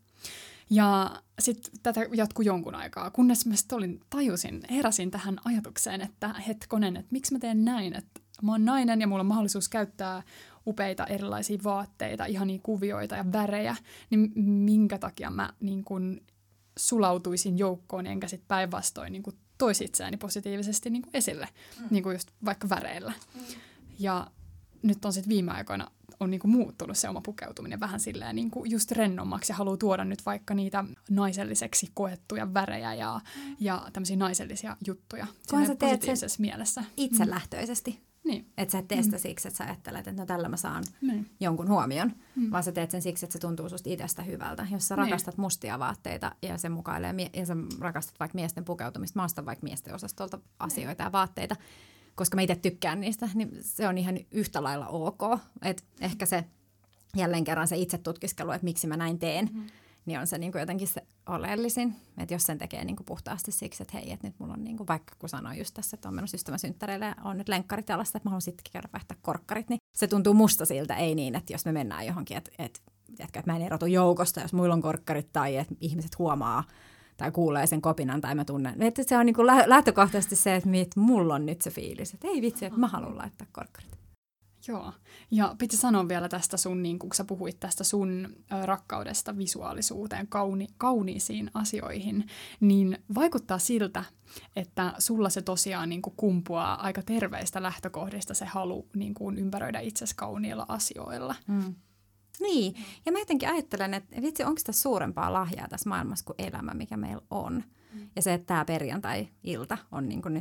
Ja sitten tätä jatkui jonkun aikaa, kunnes mä sitten olin, tajusin, heräsin tähän ajatukseen, että hetkonen, että miksi mä teen näin, että mä oon nainen ja mulla on mahdollisuus käyttää upeita erilaisia vaatteita, ihania kuvioita ja värejä, niin minkä takia mä niin kun sulautuisin joukkoon enkä sitten päinvastoin niin kun tois itseäni positiivisesti niin kun esille, mm. niin kun just vaikka väreillä. Mm. Ja nyt on sitten viime aikoina on niinku muuttunut se oma pukeutuminen vähän silleen niinku just rennommaksi ja haluaa tuoda nyt vaikka niitä naiselliseksi koettuja värejä ja, mm. ja tämmöisiä naisellisia juttuja positiivisessa mielessä. Itselähtöisesti. Mm. Niin. Että sä et tee sitä mm. siksi, että sä ajattelet, että no tällä mä saan niin. jonkun huomion, mm. vaan sä teet sen siksi, että se tuntuu susta itsestä hyvältä. Jos sä niin. rakastat mustia vaatteita ja se mukailee, ja sä rakastat vaikka miesten pukeutumista, mä ostan vaikka miesten osastolta asioita niin. ja vaatteita, koska mä itse tykkään niistä, niin se on ihan yhtä lailla ok. Et ehkä se jälleen kerran se itse tutkiskelu, että miksi mä näin teen, mm. niin on se niin kuin jotenkin se oleellisin. Että jos sen tekee niin kuin puhtaasti siksi, että hei, että nyt mulla on niin kuin, vaikka kun sanoin just tässä, että on menossa ystävänsynttäreille ja on nyt lenkkarit jalassa, että mä haluan sittenkin käydä vaihtaa korkkarit, niin se tuntuu musta siltä, ei niin, että jos me mennään johonkin, että, että, että mä en erotu joukosta, jos muilla on korkkarit tai että ihmiset huomaa, tai kuulee sen kopinan, tai mä tunnen. Että se on niin kuin lähtökohtaisesti se, että mulla on nyt se fiilis, että ei vitsi, että mä haluan laittaa korkkarit. Joo, ja piti sanoa vielä tästä sun, niin kun sä puhuit tästä sun ä, rakkaudesta visuaalisuuteen, kauni, kauniisiin asioihin, niin vaikuttaa siltä, että sulla se tosiaan niin kuin kumpuaa aika terveistä lähtökohdista se halu niin kuin ympäröidä itsesi kauniilla asioilla. Mm. Niin, ja mä jotenkin ajattelen, että vitsi, onko tässä suurempaa lahjaa tässä maailmassa kuin elämä, mikä meillä on. Mm. Ja se, että tämä perjantai-ilta on niin kuin nyt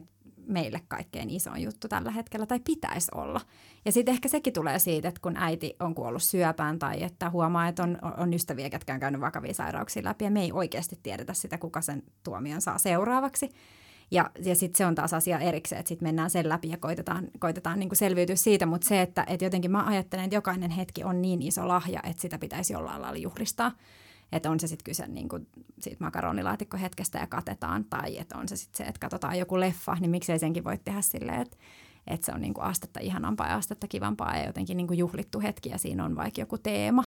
meille kaikkein isoin juttu tällä hetkellä, tai pitäisi olla. Ja sitten ehkä sekin tulee siitä, että kun äiti on kuollut syöpään, tai että huomaa, että on, on ystäviä, ketkä on käynyt vakavia sairauksia läpi, ja me ei oikeasti tiedetä sitä, kuka sen tuomion saa seuraavaksi. Ja, ja sitten se on taas asia erikseen, että sitten mennään sen läpi ja koitetaan, koitetaan niin kuin selviytyä siitä, mutta se, että, että jotenkin mä ajattelen, että jokainen hetki on niin iso lahja, että sitä pitäisi jollain lailla juhlistaa. Että on se sitten kyse niin kuin siitä makaronilaatikkohetkestä ja katetaan, tai että on se sitten se, että katsotaan joku leffa, niin miksei senkin voi tehdä silleen, että, että se on niin kuin astetta ihanampaa ja astetta kivampaa ja jotenkin niin kuin juhlittu hetki ja siinä on vaikka joku teema.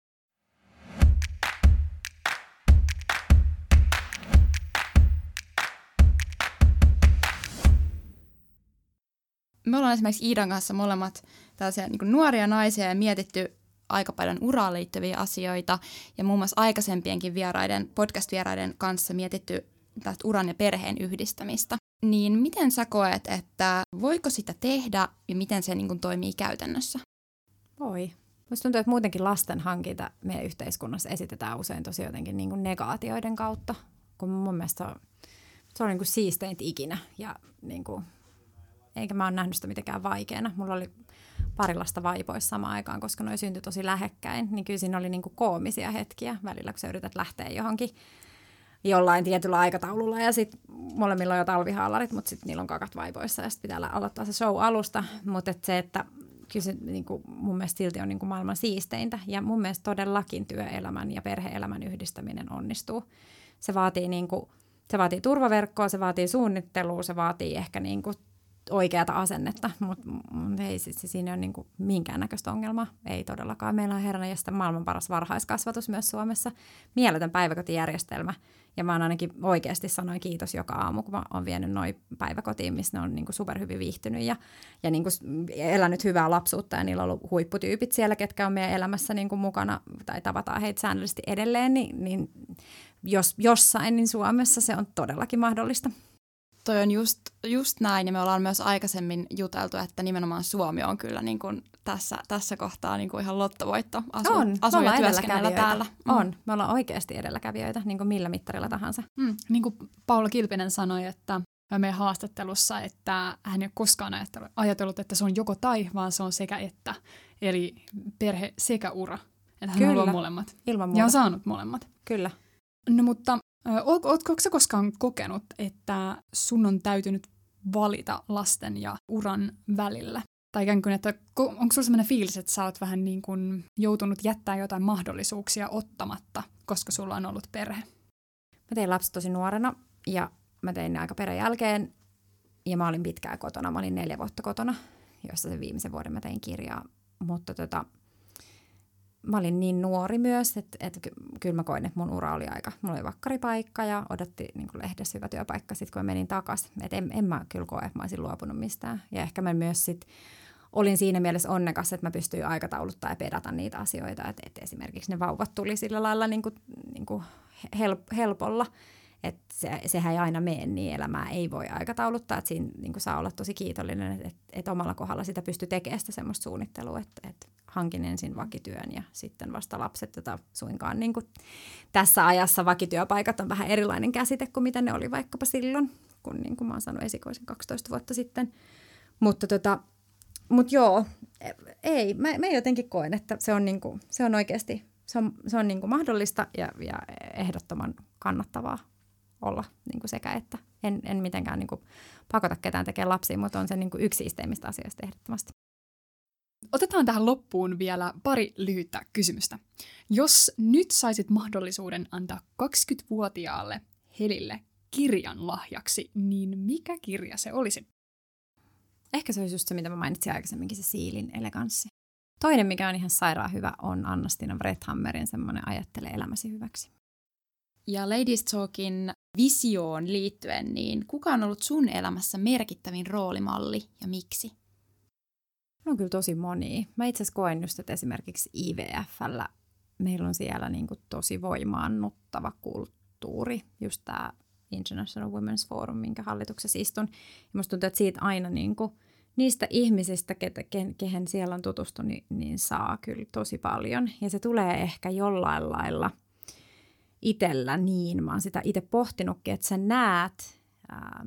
Me ollaan esimerkiksi Iidan kanssa molemmat tällaisia niin kuin nuoria naisia ja mietitty aika paljon uraan liittyviä asioita ja muun muassa aikaisempienkin vieraiden, podcast-vieraiden kanssa mietitty tästä uran ja perheen yhdistämistä. Niin miten sä koet, että voiko sitä tehdä ja miten se niin kuin toimii käytännössä? Voi. Musta tuntuu, että muutenkin lasten hankinta meidän yhteiskunnassa esitetään usein tosi jotenkin niin kuin negaatioiden kautta, kun mun mielestä se on, se on niin kuin siisteintä ikinä ja niin kuin, eikä mä ole nähnyt sitä mitenkään vaikeana. Mulla oli pari lasta vaipoissa samaan aikaan, koska noi syntyi tosi lähekkäin, niin kyllä siinä oli niin kuin koomisia hetkiä välillä, kun sä yrität lähteä johonkin jollain tietyllä aikataululla ja sitten molemmilla on jo talvihaalarit, mutta sitten niillä on kakat vaipoissa ja sitten pitää aloittaa se show alusta, mutta et se, että kyllä se niin kuin mun mielestä silti on niin kuin maailman siisteintä ja mun mielestä todellakin työelämän ja perhe-elämän yhdistäminen onnistuu. Se vaatii, niin kuin, se vaatii turvaverkkoa, se vaatii suunnittelua, se vaatii ehkä niin kuin oikeata asennetta, mutta mut ei siis siinä ole niinku minkäännäköistä ongelmaa. Ei todellakaan. Meillä on herran ja sitten maailman paras varhaiskasvatus myös Suomessa. Mieletön päiväkotijärjestelmä. Ja mä oon ainakin oikeasti sanoin kiitos joka aamu, kun mä oon vienyt noi päiväkotiin, missä ne on niinku superhyvin viihtynyt ja, ja niinku elänyt hyvää lapsuutta. Ja niillä on ollut huipputyypit siellä, ketkä on meidän elämässä niinku mukana tai tavataan heitä säännöllisesti edelleen. Niin, niin jos jossain, niin Suomessa se on todellakin mahdollista. Toi on just, just näin, ja me ollaan myös aikaisemmin juteltu, että nimenomaan Suomi on kyllä niin kuin tässä, tässä kohtaa niin kuin ihan lottovoitto asu, on. asua ja työskennellä täällä. On, mm. me ollaan oikeasti edelläkävijöitä, niin kuin millä mittarilla tahansa. Mm. Niin kuin Paula Kilpinen sanoi, että meidän haastattelussa, että hän ei ole koskaan ajatellut, että se on joko tai, vaan se on sekä että, eli perhe sekä ura. Että hän kyllä. haluaa molemmat. Ilman muuta. Ja on saanut molemmat. Kyllä. No mutta Ootko, ootko sä koskaan kokenut, että sun on täytynyt valita lasten ja uran välillä? Tai ikään kuin, että onko sulla sellainen fiilis, että sä oot vähän niin kuin joutunut jättää jotain mahdollisuuksia ottamatta, koska sulla on ollut perhe? Mä tein lapset tosi nuorena ja mä tein ne aika perän jälkeen ja mä olin pitkään kotona. Mä olin neljä vuotta kotona, jossa sen viimeisen vuoden mä tein kirjaa, mutta tota... Mä olin niin nuori myös, että, että kyllä mä koin, että mun ura oli aika, mulla oli vakkaripaikka ja odotti niin kuin lehdessä hyvä työpaikka sitten, kun mä menin takaisin. Että en, en mä kyllä koe, että mä olisin luopunut mistään. Ja ehkä mä myös sit olin siinä mielessä onnekas, että mä pystyin aikatauluttaa ja pedata niitä asioita. Että, että esimerkiksi ne vauvat tuli sillä lailla niin kuin, niin kuin help, helpolla. Että se, sehän ei aina mene, niin elämää ei voi aikatauluttaa. Että siinä niin kuin saa olla tosi kiitollinen, että, että omalla kohdalla sitä pystyy tekemään sitä semmoista suunnittelua, että, että hankin ensin vakityön ja sitten vasta lapset, jota suinkaan niin kuin tässä ajassa vakityöpaikat on vähän erilainen käsite kuin mitä ne oli vaikkapa silloin, kun niin kuin mä oon saanut esikoisen kaksitoista vuotta sitten. Mutta tota, mut joo, ei, mä, mä jotenkin koen, että se on, niin kuin, se on oikeasti se on, se on niin kuin mahdollista ja, ja ehdottoman kannattavaa olla niin kuin sekä että. En, en mitenkään niin kuin pakota ketään tekemään lapsia, mutta on se niin kuin yksi siisteimmistä asioista ehdottomasti. Otetaan tähän loppuun vielä pari lyhyttä kysymystä. Jos nyt saisit mahdollisuuden antaa kaksikymmentävuotiaalle Helille kirjan lahjaksi, niin mikä kirja se olisi? Ehkä se olisi just se, mitä mä mainitsin aikaisemminkin, se Siilin eleganssi. Toinen, mikä on ihan sairaan hyvä, on Anna-Stina Wrethammerin semmoinen Ajattele elämäsi hyväksi. Ja Ladies Talkin visioon liittyen, niin kuka on ollut sun elämässä merkittävin roolimalli ja miksi? On kyllä tosi monia. Mä itse asiassa koen just, että esimerkiksi I V F:llä meillä on siellä niin kuin tosi voimaannuttava kulttuuri. Just tämä International Women's Forum, minkä hallituksessa istun. Ja musta tuntuu, että siitä aina niin kuin, niistä ihmisistä, ketä, kehen siellä on tutustunut, niin, niin saa kyllä tosi paljon. Ja se tulee ehkä jollain lailla itsellä niin. Mä oon sitä itse pohtinutkin, että sä näet... Ähm,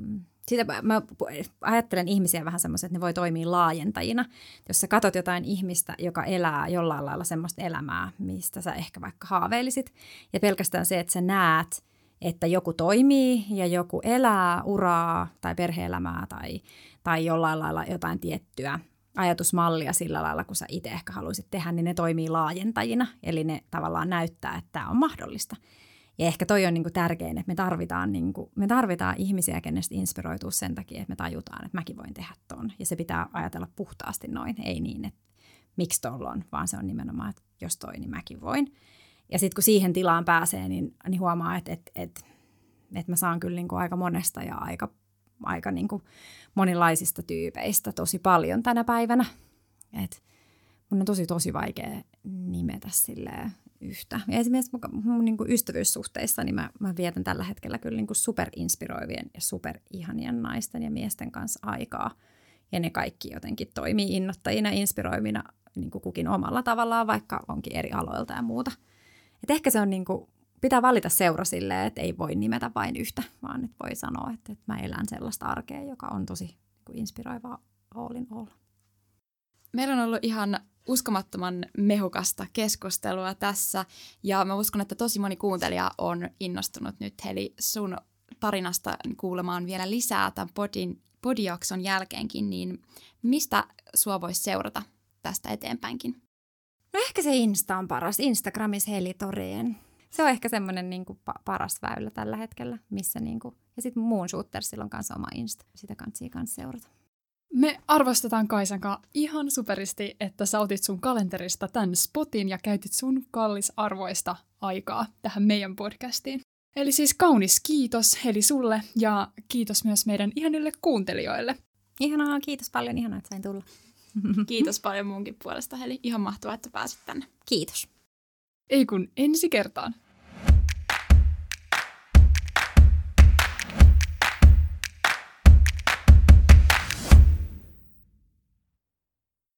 Sitä mä ajattelen ihmisiä vähän semmoisia, että ne voi toimia laajentajina. Jos sä katot jotain ihmistä, joka elää jollain lailla semmoista elämää, mistä sä ehkä vaikka haaveilisit, ja pelkästään se, että sä näet, että joku toimii ja joku elää uraa tai perhe-elämää tai, tai jollain lailla jotain tiettyä ajatusmallia sillä lailla, kun sä itse ehkä haluaisit tehdä, niin ne toimii laajentajina. Eli ne tavallaan näyttää, että tämä on mahdollista. Ja ehkä toi on niin kuin tärkein, että me tarvitaan, niin kuin, me tarvitaan ihmisiä, kenestä inspiroituu sen takia, että me tajutaan, että mäkin voin tehdä ton. Ja se pitää ajatella puhtaasti noin, ei niin, että miksi tuolla on, vaan se on nimenomaan, että jos toi, niin mäkin voin. Ja sitten kun siihen tilaan pääsee, niin, niin huomaa, että, että, että, että mä saan kyllä niin kuin aika monesta ja aika, aika niin kuin monilaisista tyypeistä tosi paljon tänä päivänä. Että mun on tosi, tosi vaikea nimetä silleen yhtä. Ja esimerkiksi mun, mun niin kuin ystävyyssuhteissa niin mä, mä vietän tällä hetkellä kyllä niin kuin superinspiroivien ja superihanien naisten ja miesten kanssa aikaa. Ja ne kaikki jotenkin toimii innoittajina, inspiroimina niin kuin kukin omalla tavallaan, vaikka onkin eri aloilta ja muuta. Et ehkä se on niin kuin, pitää valita seura silleen, että ei voi nimetä vain yhtä, vaan nyt voi sanoa, että, että mä elän sellaista arkea, joka on tosi niin kuin inspiroivaa all in all. Meillä on ollut ihan uskomattoman mehukasta keskustelua tässä, ja mä uskon, että tosi moni kuuntelija on innostunut nyt Heli sun tarinasta kuulemaan vielä lisää tämän podin, podijakson jälkeenkin, niin mistä sua voisi seurata tästä eteenpäinkin? No ehkä se Insta on paras, Instagramissa Heli Thorén. Se on ehkä semmoinen niin kuin pa- paras väylä tällä hetkellä, missä niin kuin, ja sitten Moonshootersilla on kanssa oma Insta, sitä kannattaa kanssa seurata. Me arvostetaan Kaisankaan ihan superisti, että sä otit sun kalenterista tämän spotin ja käytit sun kallisarvoista aikaa tähän meidän podcastiin. Eli siis kaunis kiitos Heli sulle ja kiitos myös meidän ihanille kuuntelijoille. Ihanaa, kiitos paljon, ihanaa, että sain tulla. Kiitos paljon munkin puolesta Heli, ihan mahtavaa, että pääsit tänne. Kiitos. Ei kun ensi kertaan.